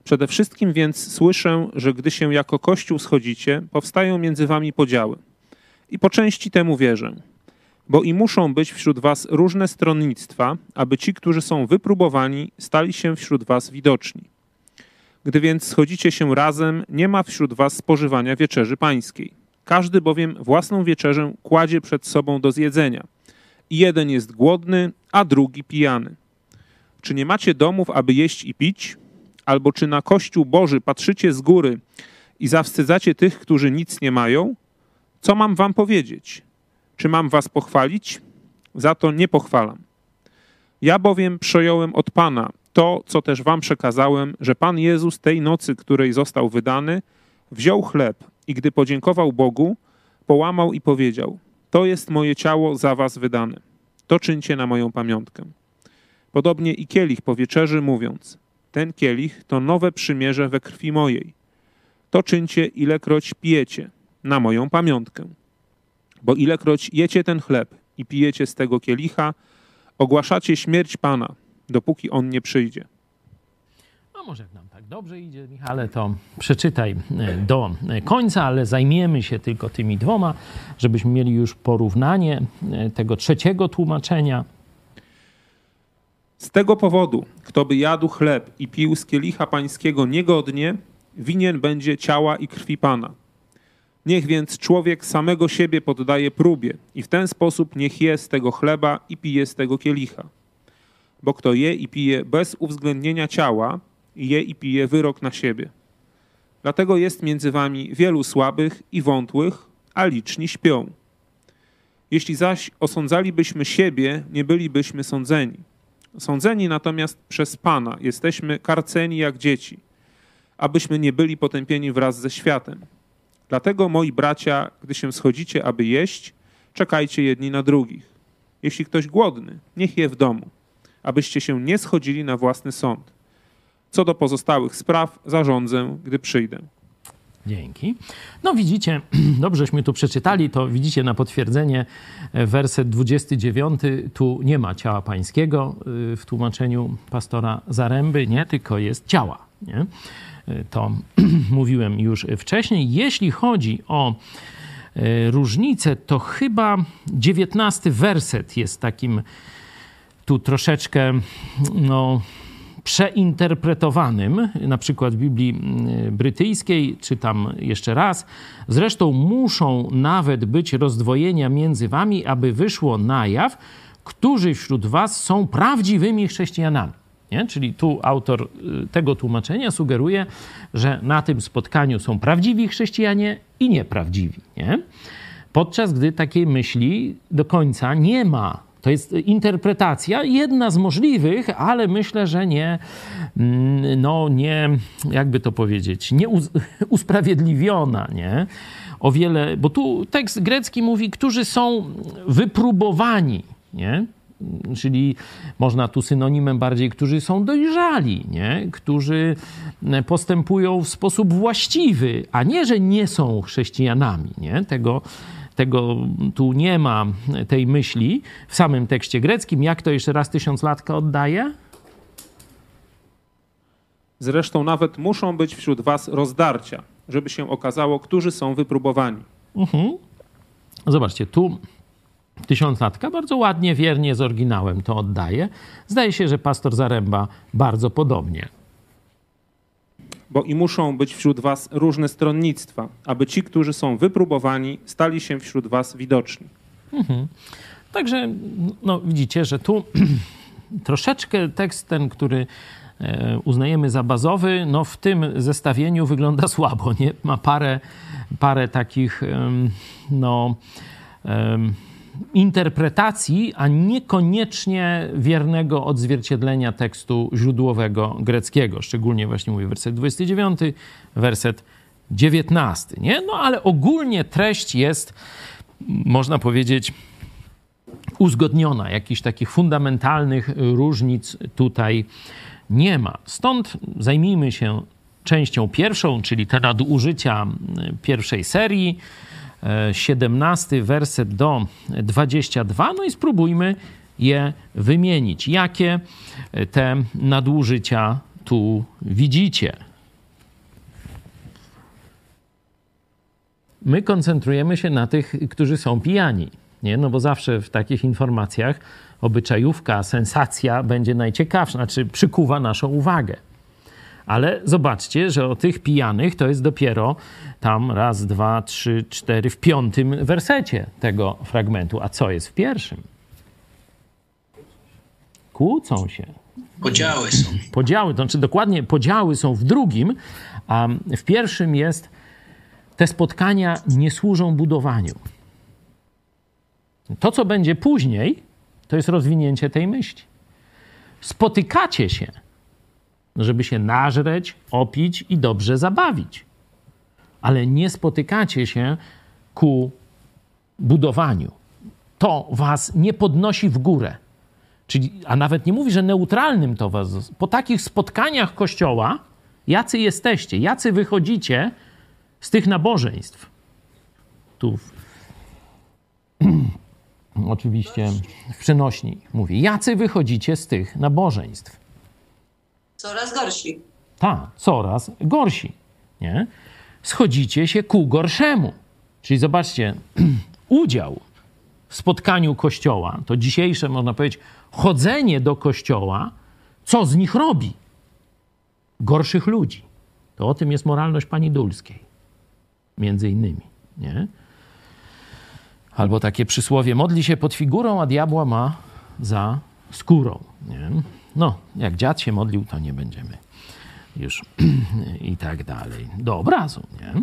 S2: Przede wszystkim więc słyszę, że gdy się jako Kościół schodzicie, powstają między wami podziały. I po części temu wierzę. Bo i muszą być wśród was różne stronnictwa, aby ci, którzy są wypróbowani, stali się wśród was widoczni. Gdy więc schodzicie się razem, nie ma wśród was spożywania wieczerzy pańskiej. Każdy bowiem własną wieczerzę kładzie przed sobą do zjedzenia. I jeden jest głodny, a drugi pijany. Czy nie macie domów, aby jeść i pić? Albo czy na Kościół Boży patrzycie z góry i zawstydzacie tych, którzy nic nie mają? Co mam wam powiedzieć? Czy mam was pochwalić? Za to nie pochwalam. Ja bowiem przejąłem od Pana to, co też wam przekazałem, że Pan Jezus tej nocy, której został wydany, wziął chleb i gdy podziękował Bogu, połamał i powiedział: to jest moje ciało za was wydane. To czyńcie na moją pamiątkę. Podobnie i kielich po wieczerzy, mówiąc: ten kielich to nowe przymierze we krwi mojej. To czyńcie, ilekroć pijecie, na moją pamiątkę. Bo ilekroć jecie ten chleb i pijecie z tego kielicha, ogłaszacie śmierć Pana, dopóki On nie przyjdzie.
S1: A może jak nam tak dobrze idzie, Michale, to przeczytaj do końca, ale zajmiemy się tylko tymi dwoma, żebyśmy mieli już porównanie tego trzeciego tłumaczenia.
S2: Z tego powodu, kto by jadł chleb i pił z kielicha pańskiego niegodnie, winien będzie ciała i krwi Pana. Niech więc człowiek samego siebie poddaje próbie i w ten sposób niech je z tego chleba i pije z tego kielicha. Bo kto je i pije bez uwzględnienia ciała, je i pije wyrok na siebie. Dlatego jest między wami wielu słabych i wątłych, a liczni śpią. Jeśli zaś osądzalibyśmy siebie, nie bylibyśmy sądzeni. Sądzeni natomiast przez Pana jesteśmy karceni jak dzieci, abyśmy nie byli potępieni wraz ze światem. Dlatego, moi bracia, gdy się schodzicie, aby jeść, czekajcie jedni na drugich. Jeśli ktoś głodny, niech je w domu, abyście się nie schodzili na własny sąd. Co do pozostałych spraw zarządzę, gdy przyjdę.
S1: Dzięki. No widzicie, dobrześmy tu przeczytali, to widzicie na potwierdzenie werset dwudziesty dziewiąty, tu nie ma ciała pańskiego w tłumaczeniu pastora Zaręby, nie, tylko jest ciała, nie? To mówiłem już wcześniej. Jeśli chodzi o różnicę, to chyba dziewiętnasty werset jest takim tu troszeczkę, no, przeinterpretowanym, na przykład w Biblii brytyjskiej, czytam jeszcze raz: zresztą muszą nawet być rozdwojenia między wami, aby wyszło na jaw, którzy wśród was są prawdziwymi chrześcijanami. Nie? Czyli tu autor tego tłumaczenia sugeruje, że na tym spotkaniu są prawdziwi chrześcijanie i nieprawdziwi. Nie? Podczas gdy takiej myśli do końca nie ma. To jest interpretacja, jedna z możliwych, ale myślę, że nie, no nie, jakby to powiedzieć, nie usprawiedliwiona, nie? O wiele, bo tu tekst grecki mówi, którzy są wypróbowani, nie? Czyli można tu synonimem bardziej, którzy są dojrzali, nie? Którzy postępują w sposób właściwy, a nie, że nie są chrześcijanami, nie? Tego Tego tu nie ma, tej myśli w samym tekście greckim. Jak to jeszcze raz tysiąclatka oddaje?
S2: Zresztą nawet muszą być wśród was rozdarcia, żeby się okazało, którzy są wypróbowani.
S1: Uh-huh. Zobaczcie, tu tysiąclatka bardzo ładnie, wiernie z oryginałem to oddaje. Zdaje się, że pastor Zaręba bardzo podobnie.
S2: Bo i muszą być wśród was różne stronnictwa, aby ci, którzy są wypróbowani, stali się wśród was widoczni.
S1: Mhm. Także no, widzicie, że tu troszeczkę tekst ten, który e, uznajemy za bazowy, no w tym zestawieniu wygląda słabo, nie? Ma parę, parę takich um, no, um, interpretacji, a niekoniecznie wiernego odzwierciedlenia tekstu źródłowego greckiego. Szczególnie właśnie mówię werset dwudziesty dziewiąty, werset dziewiętnasty. Nie? No ale ogólnie treść jest, można powiedzieć, uzgodniona. Jakichś takich fundamentalnych różnic tutaj nie ma. Stąd zajmijmy się częścią pierwszą, czyli te nadużycia pierwszej serii, siedemnasty werset do dwudziestego drugiego, no i spróbujmy je wymienić. Jakie te nadużycia tu widzicie? my koncentrujemy się na tych, którzy są pijani. Nie? No bo zawsze w takich informacjach obyczajówka, sensacja będzie najciekawsza, znaczy przykuwa naszą uwagę. Ale zobaczcie, że o tych pijanych to jest dopiero tam raz, dwa, trzy, cztery, w piątym wersecie tego fragmentu. A co jest w pierwszym? Kłócą się.
S4: Podziały są.
S1: Podziały, to znaczy dokładnie podziały są w drugim, a w pierwszym jest: te spotkania nie służą budowaniu. To, co będzie później, to jest rozwinięcie tej myśli. Spotykacie się, żeby się nażreć, opić i dobrze zabawić. Ale nie spotykacie się ku budowaniu. To was nie podnosi w górę. Czyli, a nawet nie mówi, że neutralnym to was. Po takich spotkaniach Kościoła, jacy jesteście, jacy wychodzicie z tych nabożeństw. Tu w, oczywiście w przenośni mówi, jacy wychodzicie z tych nabożeństw.
S5: Coraz gorsi.
S1: Tak, coraz gorsi. Nie? Schodzicie się ku gorszemu. Czyli zobaczcie, udział w spotkaniu Kościoła, to dzisiejsze, można powiedzieć, chodzenie do Kościoła, co z nich robi? Gorszych ludzi. To o tym jest moralność pani Dulskiej. Między innymi. Nie? Albo takie przysłowie, modli się pod figurą, a diabła ma za skórą. Nie? No, jak dziad się modlił, to nie będziemy już i tak dalej. Do obrazu, nie?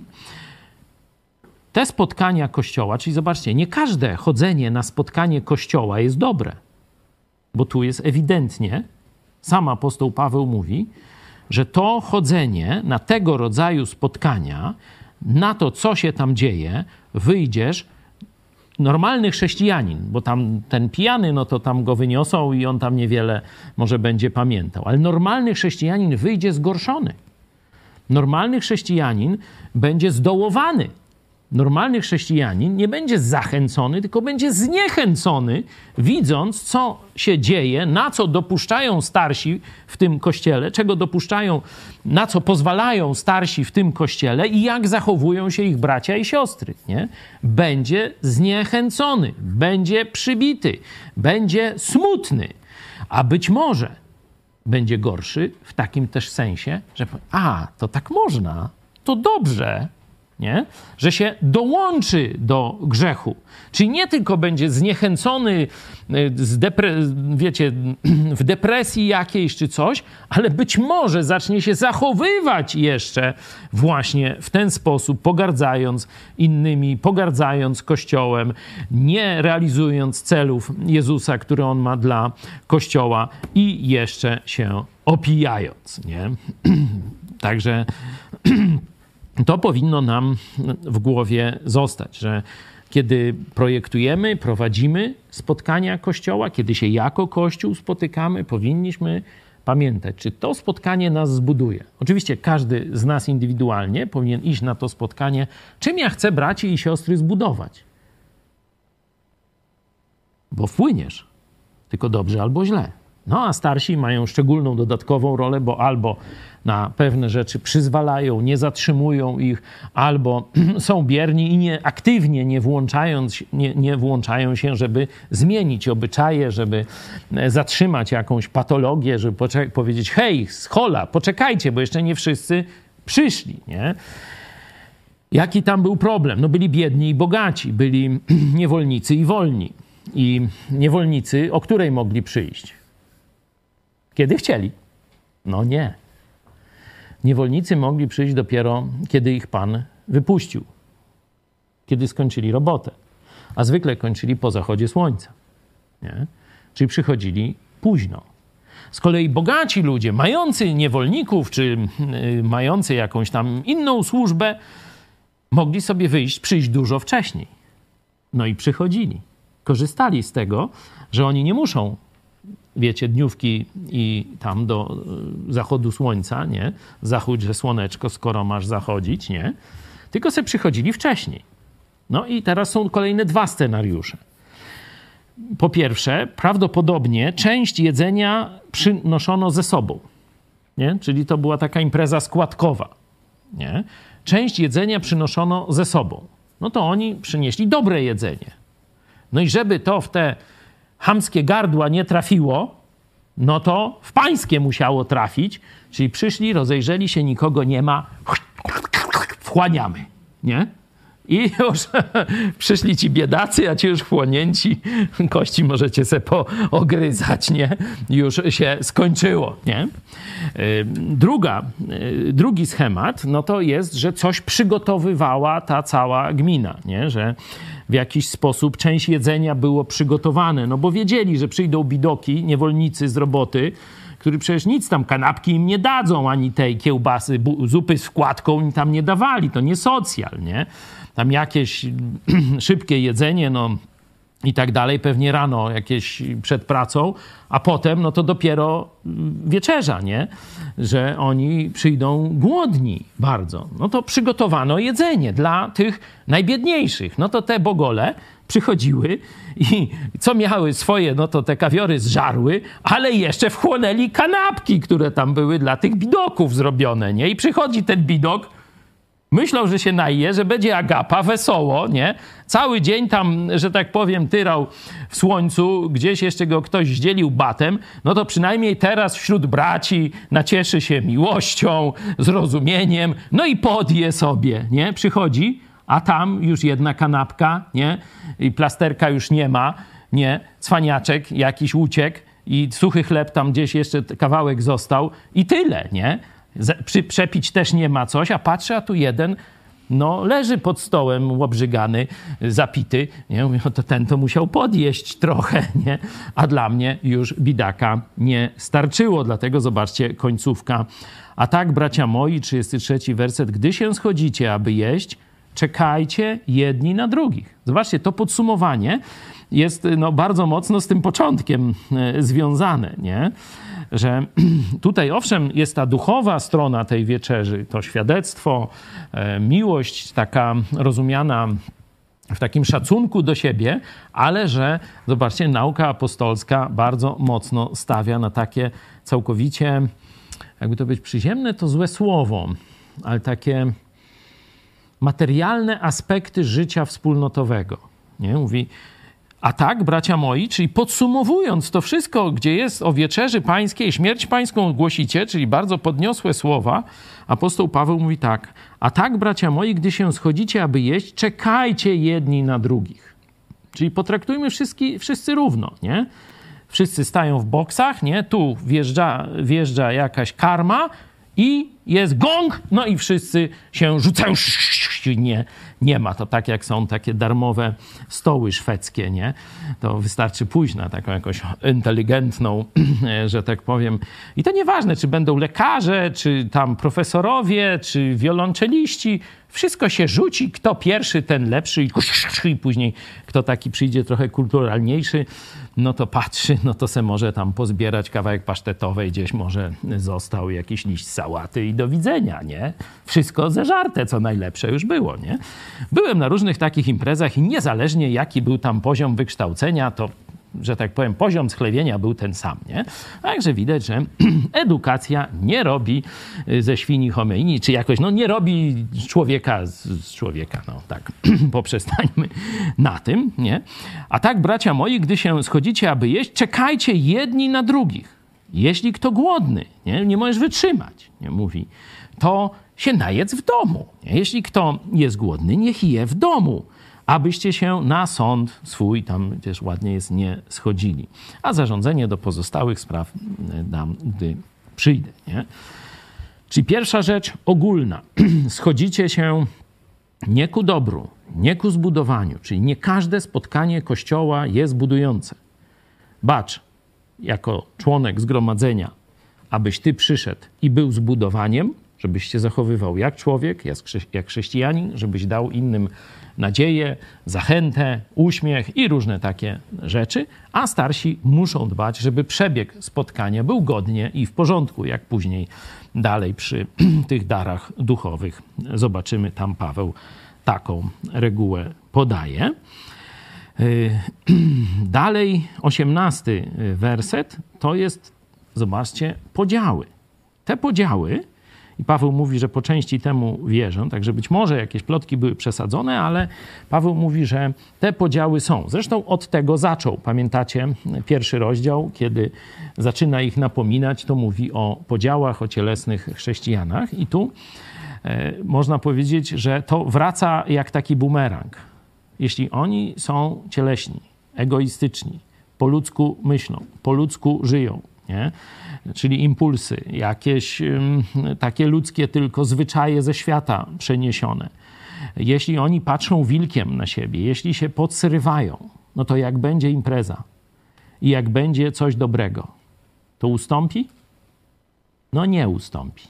S1: Te spotkania Kościoła, czyli zobaczcie, nie każde chodzenie na spotkanie Kościoła jest dobre. Bo tu jest ewidentnie, sam apostoł Paweł mówi, że to chodzenie na tego rodzaju spotkania, na to, co się tam dzieje, wyjdziesz normalny chrześcijanin, bo tam ten pijany, no to tam go wyniosą i on tam niewiele może będzie pamiętał. Ale normalny chrześcijanin wyjdzie zgorszony. Normalny chrześcijanin będzie zdołowany. Normalny chrześcijanin nie będzie zachęcony, tylko będzie zniechęcony, widząc, co się dzieje, na co dopuszczają starsi w tym kościele, czego dopuszczają, na co pozwalają starsi w tym kościele i jak zachowują się ich bracia i siostry. Nie? Będzie zniechęcony, będzie przybity, będzie smutny, a być może będzie gorszy w takim też sensie, że a, to tak można, to dobrze, nie? Że się dołączy do grzechu. Czyli nie tylko będzie zniechęcony z depre- wiecie, w depresji jakiejś czy coś, ale być może zacznie się zachowywać jeszcze właśnie w ten sposób, pogardzając innymi, pogardzając Kościołem, nie realizując celów Jezusa, które On ma dla Kościoła i jeszcze się opijając. Nie? Także to powinno nam w głowie zostać, że kiedy projektujemy, prowadzimy spotkania Kościoła, kiedy się jako Kościół spotykamy, powinniśmy pamiętać, czy to spotkanie nas zbuduje. Oczywiście każdy z nas indywidualnie powinien iść na to spotkanie, czym ja chcę braci i siostry zbudować. Bo wpłyniesz, tylko dobrze albo źle. No a starsi mają szczególną dodatkową rolę, bo albo na pewne rzeczy przyzwalają, nie zatrzymują ich, albo są bierni i nie, aktywnie nie, włączając, nie, nie włączają się, żeby zmienić obyczaje, żeby zatrzymać jakąś patologię, żeby poczek- powiedzieć, hej, schola, poczekajcie, bo jeszcze nie wszyscy przyszli, nie? Jaki tam był problem? No byli biedni i bogaci, byli niewolnicy i wolni. I niewolnicy, o której mogli przyjść? Kiedy chcieli? No nie. Niewolnicy mogli przyjść dopiero, kiedy ich Pan wypuścił. Kiedy skończyli robotę. A zwykle kończyli po zachodzie słońca. Nie? Czyli przychodzili późno. Z kolei bogaci ludzie, mający niewolników, czy yy, mający jakąś tam inną służbę, mogli sobie wyjść, przyjść dużo wcześniej. No i przychodzili. Korzystali z tego, że oni nie muszą, wiecie, dniówki i tam do zachodu słońca, nie? Zachód, że słoneczko, skoro masz zachodzić, nie? Tylko sobie przychodzili wcześniej. No i teraz są kolejne dwa scenariusze. Po pierwsze, prawdopodobnie część jedzenia przynoszono ze sobą, nie? Czyli to była taka impreza składkowa, nie? Część jedzenia przynoszono ze sobą. no to oni przynieśli dobre jedzenie. No i żeby to w te chamskie gardła nie trafiło, no to w pańskie musiało trafić, czyli przyszli, rozejrzeli się, nikogo nie ma, wchłaniamy, nie? I już przyszli ci biedacy, a ci już wchłonięci, kości możecie se poogryzać, nie? Już się skończyło, nie? Druga, drugi schemat, no to jest, że coś przygotowywała ta cała gmina, nie? Że w jakiś sposób część jedzenia było przygotowane, no bo wiedzieli, że przyjdą bidoki, niewolnicy z roboty, którzy przecież nic tam, kanapki im nie dadzą, ani tej kiełbasy, zupy z wkładką im tam nie dawali, to nie socjal, nie? Tam jakieś szybkie jedzenie, no i tak dalej, pewnie rano jakieś przed pracą, a potem no to dopiero wieczerza, nie? Że oni przyjdą głodni bardzo. No to przygotowano jedzenie dla tych najbiedniejszych. No to te bogole przychodziły i co miały swoje, no to te kawiory zżarły, ale jeszcze wchłonęli kanapki, które tam były dla tych bidoków zrobione, nie? I przychodzi ten bidok, myślał, że się naje, że będzie agapa, wesoło, nie? Cały dzień tam, że tak powiem, tyrał w słońcu, gdzieś jeszcze go ktoś zdzielił batem, no to przynajmniej teraz wśród braci nacieszy się miłością, zrozumieniem, no i podje sobie, nie? Przychodzi, a tam już jedna kanapka, nie? I plasterka już nie ma, nie? Cwaniaczek jakiś uciekł i suchy chleb tam gdzieś jeszcze kawałek został i tyle, nie? Przy, przepić też nie ma coś, a patrzę, a tu jeden no, leży pod stołem łobrzygany, zapity. Nie? Mówię, to ten to musiał podjeść trochę, nie? A dla mnie już bidaka nie starczyło. Dlatego zobaczcie, końcówka. A tak, bracia moi, trzydziesty trzeci werset. Gdy się schodzicie, aby jeść, czekajcie jedni na drugich. Zobaczcie, to podsumowanie jest no, bardzo mocno z tym początkiem e, związane, nie? Że tutaj owszem jest ta duchowa strona tej wieczerzy, to świadectwo, e, miłość taka rozumiana w takim szacunku do siebie, ale że, zobaczcie, nauka apostolska bardzo mocno stawia na takie całkowicie, jakby to być przyziemne, to złe słowo, ale takie materialne aspekty życia wspólnotowego. Nie? Mówi, a tak, bracia moi, czyli podsumowując to wszystko, gdzie jest o wieczerzy pańskiej, śmierć pańską głosicie, czyli bardzo podniosłe słowa, apostoł Paweł mówi tak, a tak, bracia moi, gdy się schodzicie, aby jeść, czekajcie jedni na drugich. Czyli potraktujmy wszyscy, wszyscy równo, nie? Wszyscy stają w boksach, nie? Tu wjeżdża, wjeżdża jakaś karma i jest gong, no i wszyscy się rzucają. Nie, nie ma to tak, jak są takie darmowe stoły szwedzkie, nie? To wystarczy pójść na taką jakąś inteligentną, że tak powiem. I to nieważne, czy będą lekarze, czy tam profesorowie, czy wiolonczeliści. Wszystko się rzuci, kto pierwszy, ten lepszy i później kto taki przyjdzie trochę kulturalniejszy, no to patrzy, no to se może tam pozbierać kawałek pasztetowej, gdzieś może został jakiś liść sałaty i do widzenia, nie? Wszystko zeżarte, co najlepsze już było, nie? Byłem na różnych takich imprezach i niezależnie jaki był tam poziom wykształcenia, to że tak powiem, poziom schlewienia był ten sam, nie? Także widać, że edukacja nie robi ze świni Homeini, czy jakoś, no nie robi człowieka z, z człowieka, no tak, poprzestańmy na tym, nie? A tak, bracia moi, gdy się schodzicie, aby jeść, czekajcie jedni na drugich. Jeśli kto głodny, nie, nie możesz wytrzymać, nie mówi, to się najedz w domu. Nie? Jeśli kto jest głodny, niech je w domu, abyście się na sąd swój, tam też ładnie jest, nie schodzili. A zarządzenie do pozostałych spraw dam, gdy przyjdę. Nie? Czyli pierwsza rzecz ogólna. Schodzicie się nie ku dobru, nie ku zbudowaniu. Czyli nie każde spotkanie Kościoła jest budujące. Bacz, jako członek zgromadzenia, abyś ty przyszedł i był zbudowaniem, żebyś się zachowywał jak człowiek, jak chrześcijanin, żebyś dał innym nadzieję, zachętę, uśmiech i różne takie rzeczy, a starsi muszą dbać, żeby przebieg spotkania był godnie i w porządku, jak później dalej przy tych darach duchowych zobaczymy, tam Paweł taką regułę podaje. Dalej osiemnasty werset to jest, zobaczcie, podziały. Te podziały I Paweł mówi, że po części temu wierzę, także być może jakieś plotki były przesadzone, ale Paweł mówi, że te podziały są. Zresztą od tego zaczął. Pamiętacie pierwszy rozdział, kiedy zaczyna ich napominać, to mówi o podziałach, o cielesnych chrześcijanach. I tu e, można powiedzieć, że to wraca jak taki bumerang. Jeśli oni są cieleśni, egoistyczni, po ludzku myślą, po ludzku żyją, nie? Czyli impulsy, jakieś um, takie ludzkie tylko zwyczaje ze świata przeniesione. Jeśli oni patrzą wilkiem na siebie, jeśli się podsrywają, no to jak będzie impreza i jak będzie coś dobrego, to ustąpi? No nie ustąpi.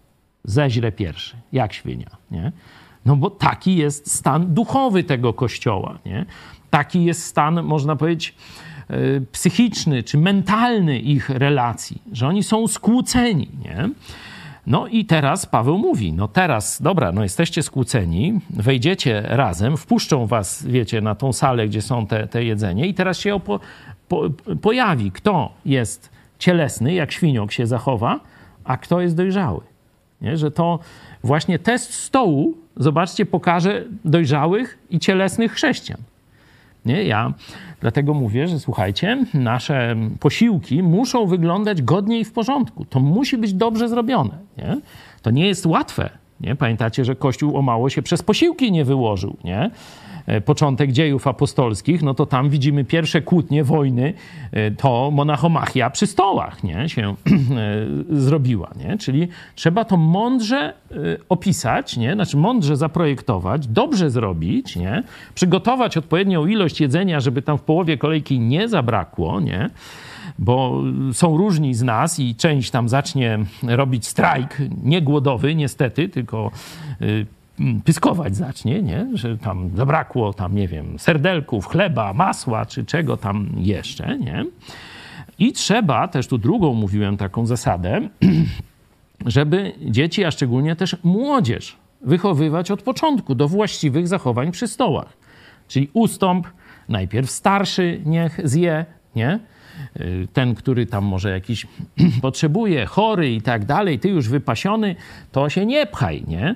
S1: Zeźle pierwszy, jak świnia, nie? No bo taki jest stan duchowy tego Kościoła, nie? Taki jest stan, można powiedzieć, psychiczny czy mentalny ich relacji, że oni są skłóceni, nie? No i teraz Paweł mówi, no teraz, dobra, no jesteście skłóceni, wejdziecie razem, wpuszczą was, wiecie, na tą salę, gdzie są te, te jedzenie i teraz się opo- po, pojawi, kto jest cielesny, jak świniok się zachowa, a kto jest dojrzały. Nie? Że to właśnie test stołu, zobaczcie, pokaże dojrzałych i cielesnych chrześcijan. Nie? Ja dlatego mówię, że słuchajcie, nasze posiłki muszą wyglądać godnie i w porządku. To musi być dobrze zrobione. Nie? To nie jest łatwe. Nie? Pamiętacie, że Kościół o mało się przez posiłki nie wyłożył. Nie? Początek dziejów apostolskich, no to tam widzimy pierwsze kłótnie, wojny, to monachomachia przy stołach, nie? Się zrobiła, nie? Czyli trzeba to mądrze opisać, nie? Znaczy mądrze zaprojektować, dobrze zrobić, nie? Przygotować odpowiednią ilość jedzenia, żeby tam w połowie kolejki nie zabrakło, nie? Bo są różni z nas i część tam zacznie robić strajk, nie głodowy niestety, tylko pyskować zacznie, nie? Że tam zabrakło tam, nie wiem, serdelków, chleba, masła, czy czego tam jeszcze, nie? I trzeba, też tu drugą mówiłem taką zasadę, żeby dzieci, a szczególnie też młodzież, wychowywać od początku do właściwych zachowań przy stołach. Czyli ustąp, najpierw starszy niech zje, nie? Ten, który tam może jakiś potrzebuje, chory i tak dalej, ty już wypasiony, to się nie pchaj, nie?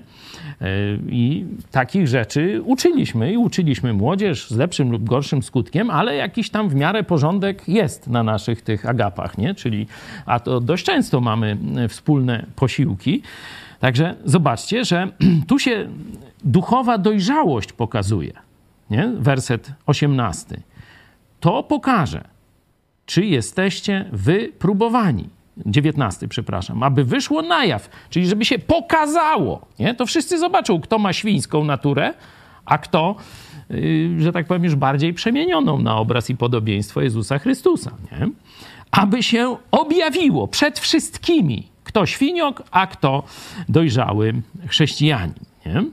S1: I takich rzeczy uczyliśmy i uczyliśmy młodzież z lepszym lub gorszym skutkiem, ale jakiś tam w miarę porządek jest na naszych tych agapach, nie? Czyli, a to dość często mamy wspólne posiłki. Także zobaczcie, że tu się duchowa dojrzałość pokazuje, nie? Werset osiemnasty. To pokaże, czy jesteście wypróbowani. dziewiętnasty, przepraszam. Aby wyszło na jaw, czyli żeby się pokazało. Nie? To wszyscy zobaczą, kto ma świńską naturę, a kto, yy, że tak powiem, już bardziej przemienioną na obraz i podobieństwo Jezusa Chrystusa. Nie? Aby się objawiło przed wszystkimi, kto świniok, a kto dojrzały chrześcijanin. Nie?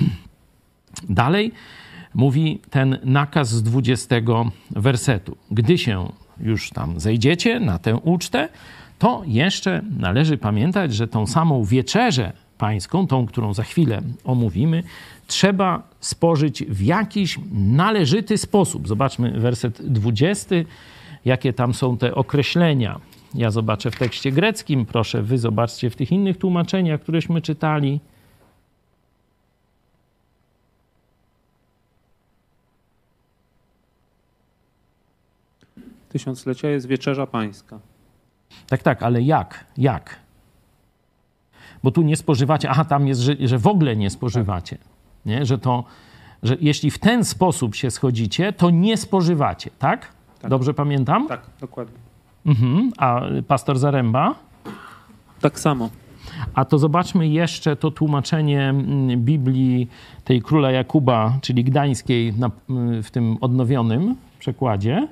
S1: Dalej mówi ten nakaz z dwudziestego wersetu. Gdy się już tam zejdziecie na tę ucztę, to jeszcze należy pamiętać, że tą samą wieczerzę pańską, tą, którą za chwilę omówimy, trzeba spożyć w jakiś należyty sposób. Zobaczmy werset dwudziesty, jakie tam są te określenia. Ja zobaczę w tekście greckim, proszę wy zobaczcie w tych innych tłumaczeniach, któreśmy czytali.
S2: Tysiąclecia jest wieczerza pańska.
S1: Tak, tak, ale jak? Jak? Bo tu nie spożywacie, aha, tam jest, że, że w ogóle nie spożywacie. Nie? Że to, że jeśli w ten sposób się schodzicie, to nie spożywacie, tak? tak. Dobrze pamiętam?
S2: Tak, dokładnie.
S1: Mhm. A pastor Zaręba?
S2: Tak samo.
S1: A to zobaczmy jeszcze to tłumaczenie Biblii tej króla Jakuba, czyli gdańskiej, na, w tym odnowionym przekładzie.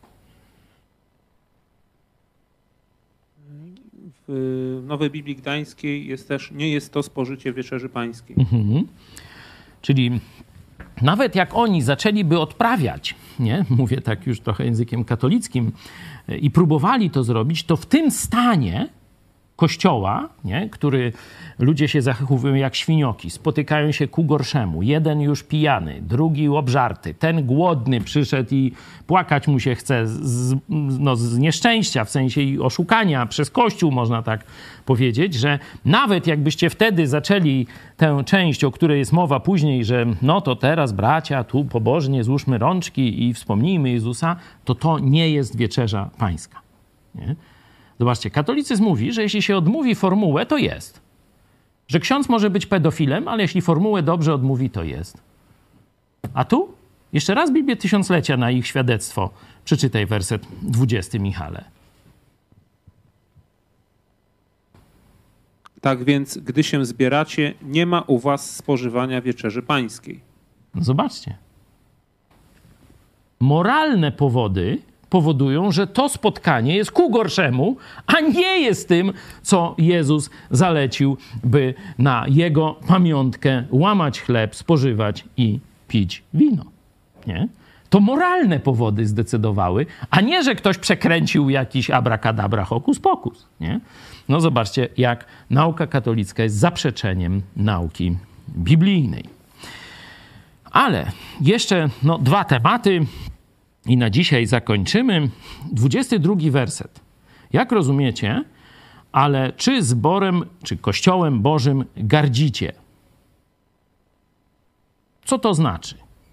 S2: W Nowej Biblii Gdańskiej jest też, nie jest to spożycie wieczerzy pańskiej.
S1: Mhm. Czyli nawet jak oni zaczęliby odprawiać, nie? Mówię tak już trochę językiem katolickim, i próbowali to zrobić, to w tym stanie Kościoła, nie? Który ludzie się zachowują jak świnioki, spotykają się ku gorszemu. Jeden już pijany, drugi obżarty, ten głodny przyszedł i płakać mu się chce z, no, z nieszczęścia, w sensie i oszukania przez Kościół, można tak powiedzieć, że nawet jakbyście wtedy zaczęli tę część, o której jest mowa później, że no to teraz bracia, tu pobożnie złóżmy rączki i wspomnijmy Jezusa, to to nie jest wieczerza pańska. Nie? Zobaczcie, katolicyzm mówi, że jeśli się odmówi formułę, to jest. Że ksiądz może być pedofilem, ale jeśli formułę dobrze odmówi, to jest. A tu? Jeszcze raz Biblię Tysiąclecia na ich świadectwo. Przeczytaj werset dwudziesty, Michale.
S2: Tak więc, gdy się zbieracie, nie ma u was spożywania wieczerzy pańskiej.
S1: No zobaczcie. Moralne powody powodują, że to spotkanie jest ku gorszemu, a nie jest tym, co Jezus zalecił, by na Jego pamiątkę łamać chleb, spożywać i pić wino. Nie? To moralne powody zdecydowały, a nie, że ktoś przekręcił jakiś abracadabra, hokus pokus. Nie? No zobaczcie, jak nauka katolicka jest zaprzeczeniem nauki biblijnej. Ale jeszcze no, dwa tematy i na dzisiaj zakończymy. dwudziesty drugi werset. Jak rozumiecie, ale czy zborem, czy Kościołem Bożym gardzicie? Co to znaczy?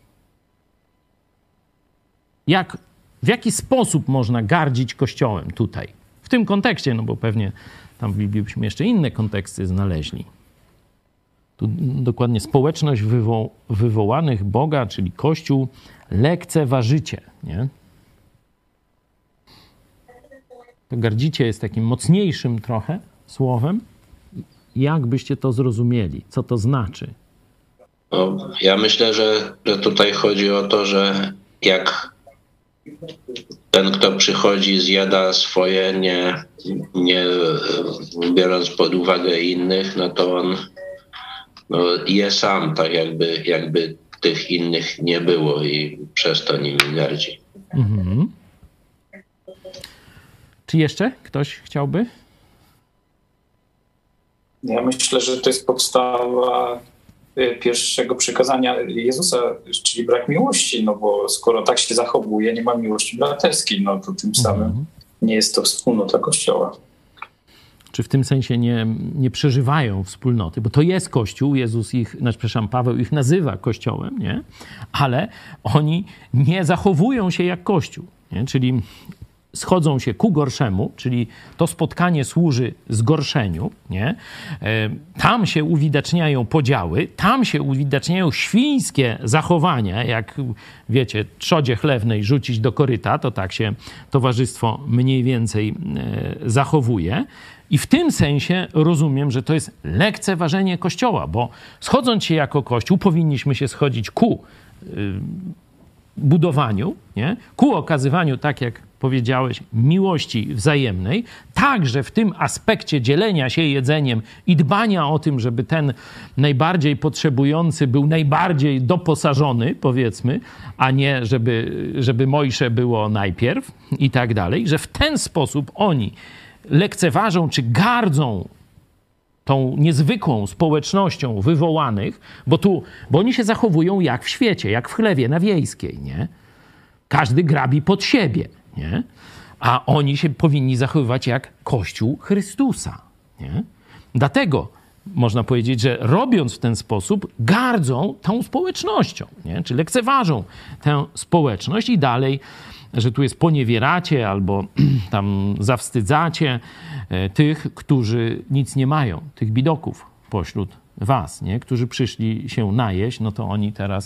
S1: Jak, w jaki sposób można gardzić Kościołem tutaj? W tym kontekście, no bo pewnie tam w Biblii byśmy jeszcze inne konteksty znaleźli. Tu dokładnie społeczność wywo wywołanych Boga, czyli Kościół, lekceważycie, nie? To gardzicie jest takim mocniejszym trochę słowem. Jak byście to zrozumieli? Co to znaczy?
S3: No, ja myślę, że, że tutaj chodzi o to, że jak ten, kto przychodzi, zjada swoje, nie, nie biorąc pod uwagę innych, no to on no, je sam, tak jakby, jakby tych innych nie było i przez to nimi gardzi. Mhm.
S1: Czy jeszcze ktoś chciałby?
S4: Ja myślę, że to jest podstawa pierwszego przykazania Jezusa, czyli brak miłości, no bo skoro tak się zachowuje, nie ma miłości braterskiej, no to tym samym mhm. nie jest to wspólnota Kościoła.
S1: Czy w tym sensie nie, nie przeżywają wspólnoty, bo to jest Kościół, Jezus ich, znaczy, przepraszam, Paweł ich nazywa Kościołem, nie? Ale oni nie zachowują się jak Kościół, nie? Czyli schodzą się ku gorszemu, czyli to spotkanie służy zgorszeniu, nie? Tam się uwidaczniają podziały, tam się uwidaczniają świńskie zachowania, jak wiecie, trzodzie chlewnej rzucić do koryta, to tak się towarzystwo mniej więcej zachowuje. I w tym sensie rozumiem, że to jest lekceważenie Kościoła, bo schodząc się jako Kościół, powinniśmy się schodzić ku budowaniu, nie? Ku okazywaniu, tak jak powiedziałeś, miłości wzajemnej, także w tym aspekcie dzielenia się jedzeniem i dbania o tym, żeby ten najbardziej potrzebujący był najbardziej doposażony, powiedzmy, a nie żeby, żeby Mojsze było najpierw i tak dalej, że w ten sposób oni lekceważą czy gardzą tą niezwykłą społecznością wywołanych, bo tu, bo oni się zachowują jak w świecie, jak w chlewie na Wiejskiej, nie? Każdy grabi pod siebie, nie? A oni się powinni zachowywać jak Kościół Chrystusa, nie? Dlatego można powiedzieć, że robiąc w ten sposób, gardzą tą społecznością, nie? Czy lekceważą tę społeczność i dalej, że tu jest poniewieracie albo tam zawstydzacie tych, którzy nic nie mają, tych bidoków pośród was, nie? Którzy przyszli się najeść, no to oni teraz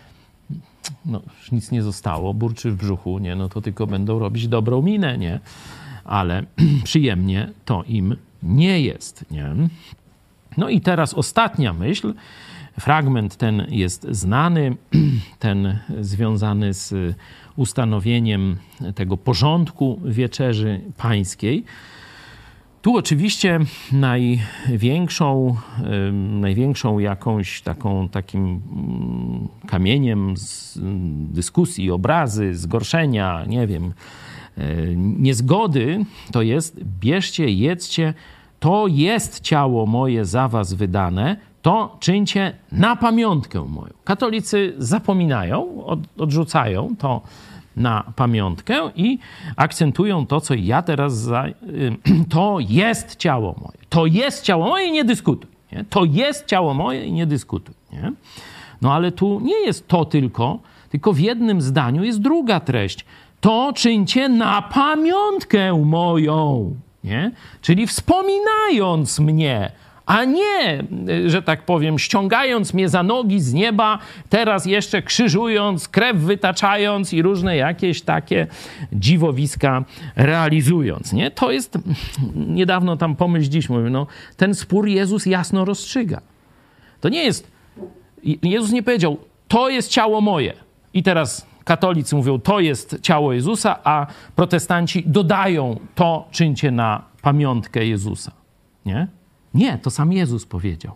S1: no, już nic nie zostało, burczy w brzuchu, nie? No to tylko będą robić dobrą minę, nie? Ale przyjemnie to im nie jest, nie? No i teraz ostatnia myśl. Fragment ten jest znany, ten związany z ustanowieniem tego porządku wieczerzy pańskiej. Tu oczywiście największą, największą jakąś taką, takim kamieniem z dyskusji, obrazy, zgorszenia, nie wiem, niezgody, to jest: bierzcie, jedzcie, to jest ciało moje za was wydane, to czyńcie na pamiątkę moją. Katolicy zapominają, od, odrzucają to na pamiątkę i akcentują to, co ja teraz za... To jest ciało moje. To jest ciało moje i nie dyskutuj. Nie? To jest ciało moje i nie dyskutuj. Nie? No ale tu nie jest to tylko, tylko w jednym zdaniu jest druga treść. To czyńcie na pamiątkę moją. Nie? Czyli wspominając mnie, a nie, że tak powiem, ściągając mnie za nogi z nieba, teraz jeszcze krzyżując, krew wytaczając i różne jakieś takie dziwowiska realizując. Nie? To jest, niedawno tam pomyśleliśmy, no, ten spór Jezus jasno rozstrzyga. To nie jest, Jezus nie powiedział, to jest ciało moje. I teraz katolicy mówią, to jest ciało Jezusa, a protestanci dodają, to czyńcie na pamiątkę Jezusa. Nie? Nie, to sam Jezus powiedział.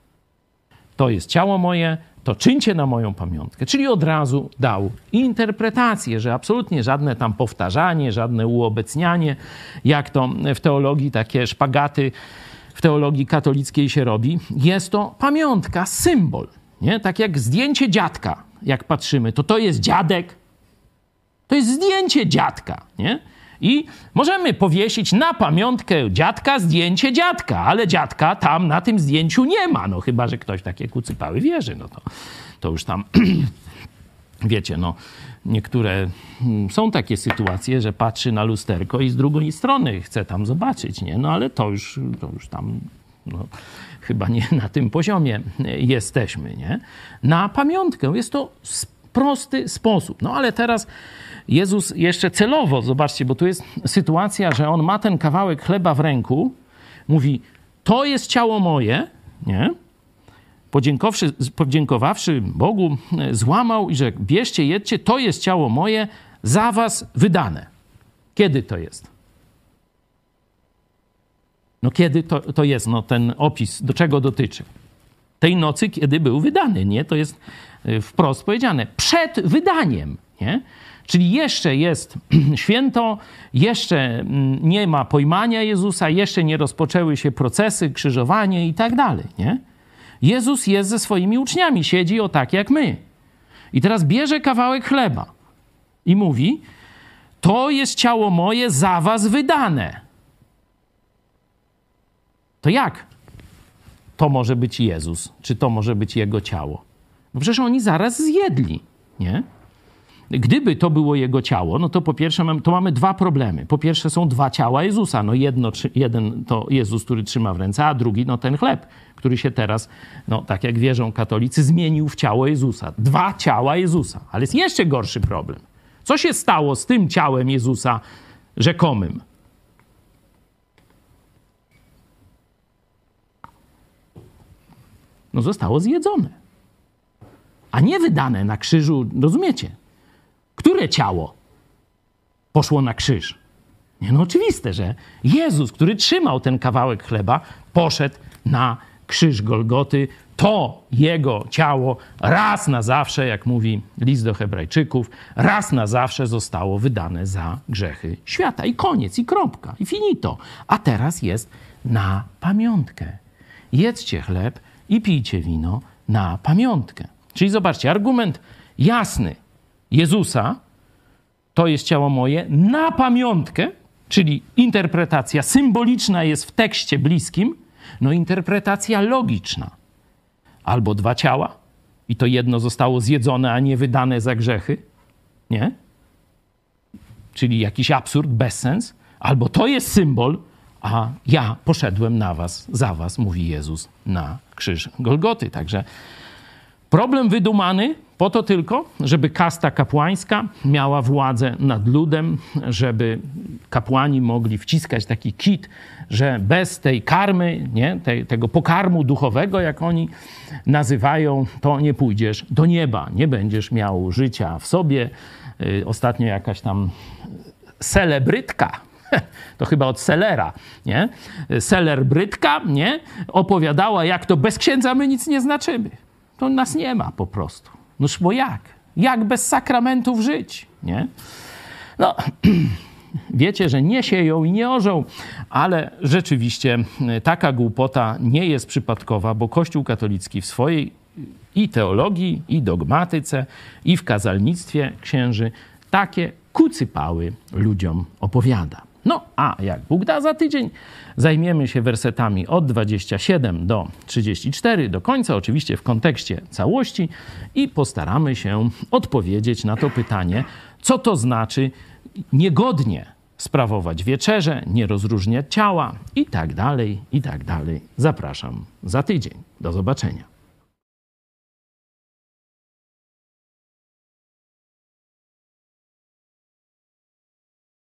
S1: To jest ciało moje, to czyńcie na moją pamiątkę. Czyli od razu dał interpretację, że absolutnie żadne tam powtarzanie, żadne uobecnianie, jak to w teologii takie szpagaty w teologii katolickiej się robi. Jest to pamiątka, symbol. Nie? Tak jak zdjęcie dziadka, jak patrzymy, to to jest dziadek. To jest zdjęcie dziadka, nie? I możemy powiesić na pamiątkę dziadka zdjęcie dziadka, ale dziadka tam na tym zdjęciu nie ma, no chyba że ktoś takie kucypały wierzy, no to, to już tam, wiecie, no niektóre, są takie sytuacje, że patrzy na lusterko i z drugiej strony chce tam zobaczyć, nie? No ale to już, to już tam, no, chyba nie na tym poziomie jesteśmy, nie? Na pamiątkę jest to prosty sposób, no ale teraz Jezus jeszcze celowo, zobaczcie, bo tu jest sytuacja, że on ma ten kawałek chleba w ręku, mówi, to jest ciało moje, nie? Podziękowawszy, podziękowawszy Bogu, złamał i rzekł, bierzcie, jedźcie, to jest ciało moje, za was wydane. Kiedy to jest? No kiedy to, to jest, no ten opis, do czego dotyczy? Tej nocy, kiedy był wydany, nie? To jest wprost powiedziane, przed wydaniem, nie? Czyli jeszcze jest święto, jeszcze nie ma pojmania Jezusa, jeszcze nie rozpoczęły się procesy, krzyżowanie i tak dalej, nie? Jezus jest ze swoimi uczniami, siedzi o tak jak my. I teraz bierze kawałek chleba i mówi, to jest ciało moje za was wydane. To jak to może być Jezus? Czy to może być Jego ciało? Bo przecież oni zaraz zjedli, nie? Gdyby to było Jego ciało, no to po pierwsze to mamy dwa problemy. Po pierwsze są dwa ciała Jezusa. No jedno, jeden to Jezus, który trzyma w ręce, a drugi no ten chleb, który się teraz, no tak jak wierzą katolicy, zmienił w ciało Jezusa. Dwa ciała Jezusa. Ale jest jeszcze gorszy problem. Co się stało z tym ciałem Jezusa rzekomym? No zostało zjedzone. A nie wydane na krzyżu, rozumiecie? Które ciało poszło na krzyż? Nie, no oczywiste, że Jezus, który trzymał ten kawałek chleba, poszedł na krzyż Golgoty. To Jego ciało raz na zawsze, jak mówi list do Hebrajczyków, raz na zawsze zostało wydane za grzechy świata. I koniec, i kropka, i finito. A teraz jest na pamiątkę. Jedzcie chleb i pijcie wino na pamiątkę. Czyli zobaczcie, argument jasny Jezusa, to jest ciało moje, na pamiątkę, czyli interpretacja symboliczna jest w tekście bliskim, no interpretacja logiczna. Albo dwa ciała i to jedno zostało zjedzone, a nie wydane za grzechy, nie? Czyli jakiś absurd, bezsens. Albo to jest symbol, a ja poszedłem na was, za was, mówi Jezus, na krzyż Golgoty. Także problem wydumany po to tylko, żeby kasta kapłańska miała władzę nad ludem, żeby kapłani mogli wciskać taki kit, że bez tej karmy, nie, tej, tego pokarmu duchowego, jak oni nazywają, to nie pójdziesz do nieba, nie będziesz miał życia w sobie. Yy, ostatnio jakaś tam celebrytka, to chyba od Sellera, nie? Celebrytka, nie? Opowiadała, jak to bez księdza my nic nie znaczymy. To nas nie ma po prostu. Noż bo jak? Jak bez sakramentów żyć, nie? No, wiecie, że nie sieją i nie orzą, ale rzeczywiście taka głupota nie jest przypadkowa, bo Kościół katolicki w swojej i teologii, i dogmatyce, i w kazalnictwie księży takie kucypały ludziom opowiada. No, a jak Bóg da, za tydzień zajmiemy się wersetami od dwudziestego siódmego do trzydziestego czwartego do końca, oczywiście w kontekście całości, i postaramy się odpowiedzieć na to pytanie, co to znaczy niegodnie sprawować wieczerzę, nie rozróżniać ciała i tak dalej, i tak dalej. Zapraszam za tydzień. Do zobaczenia.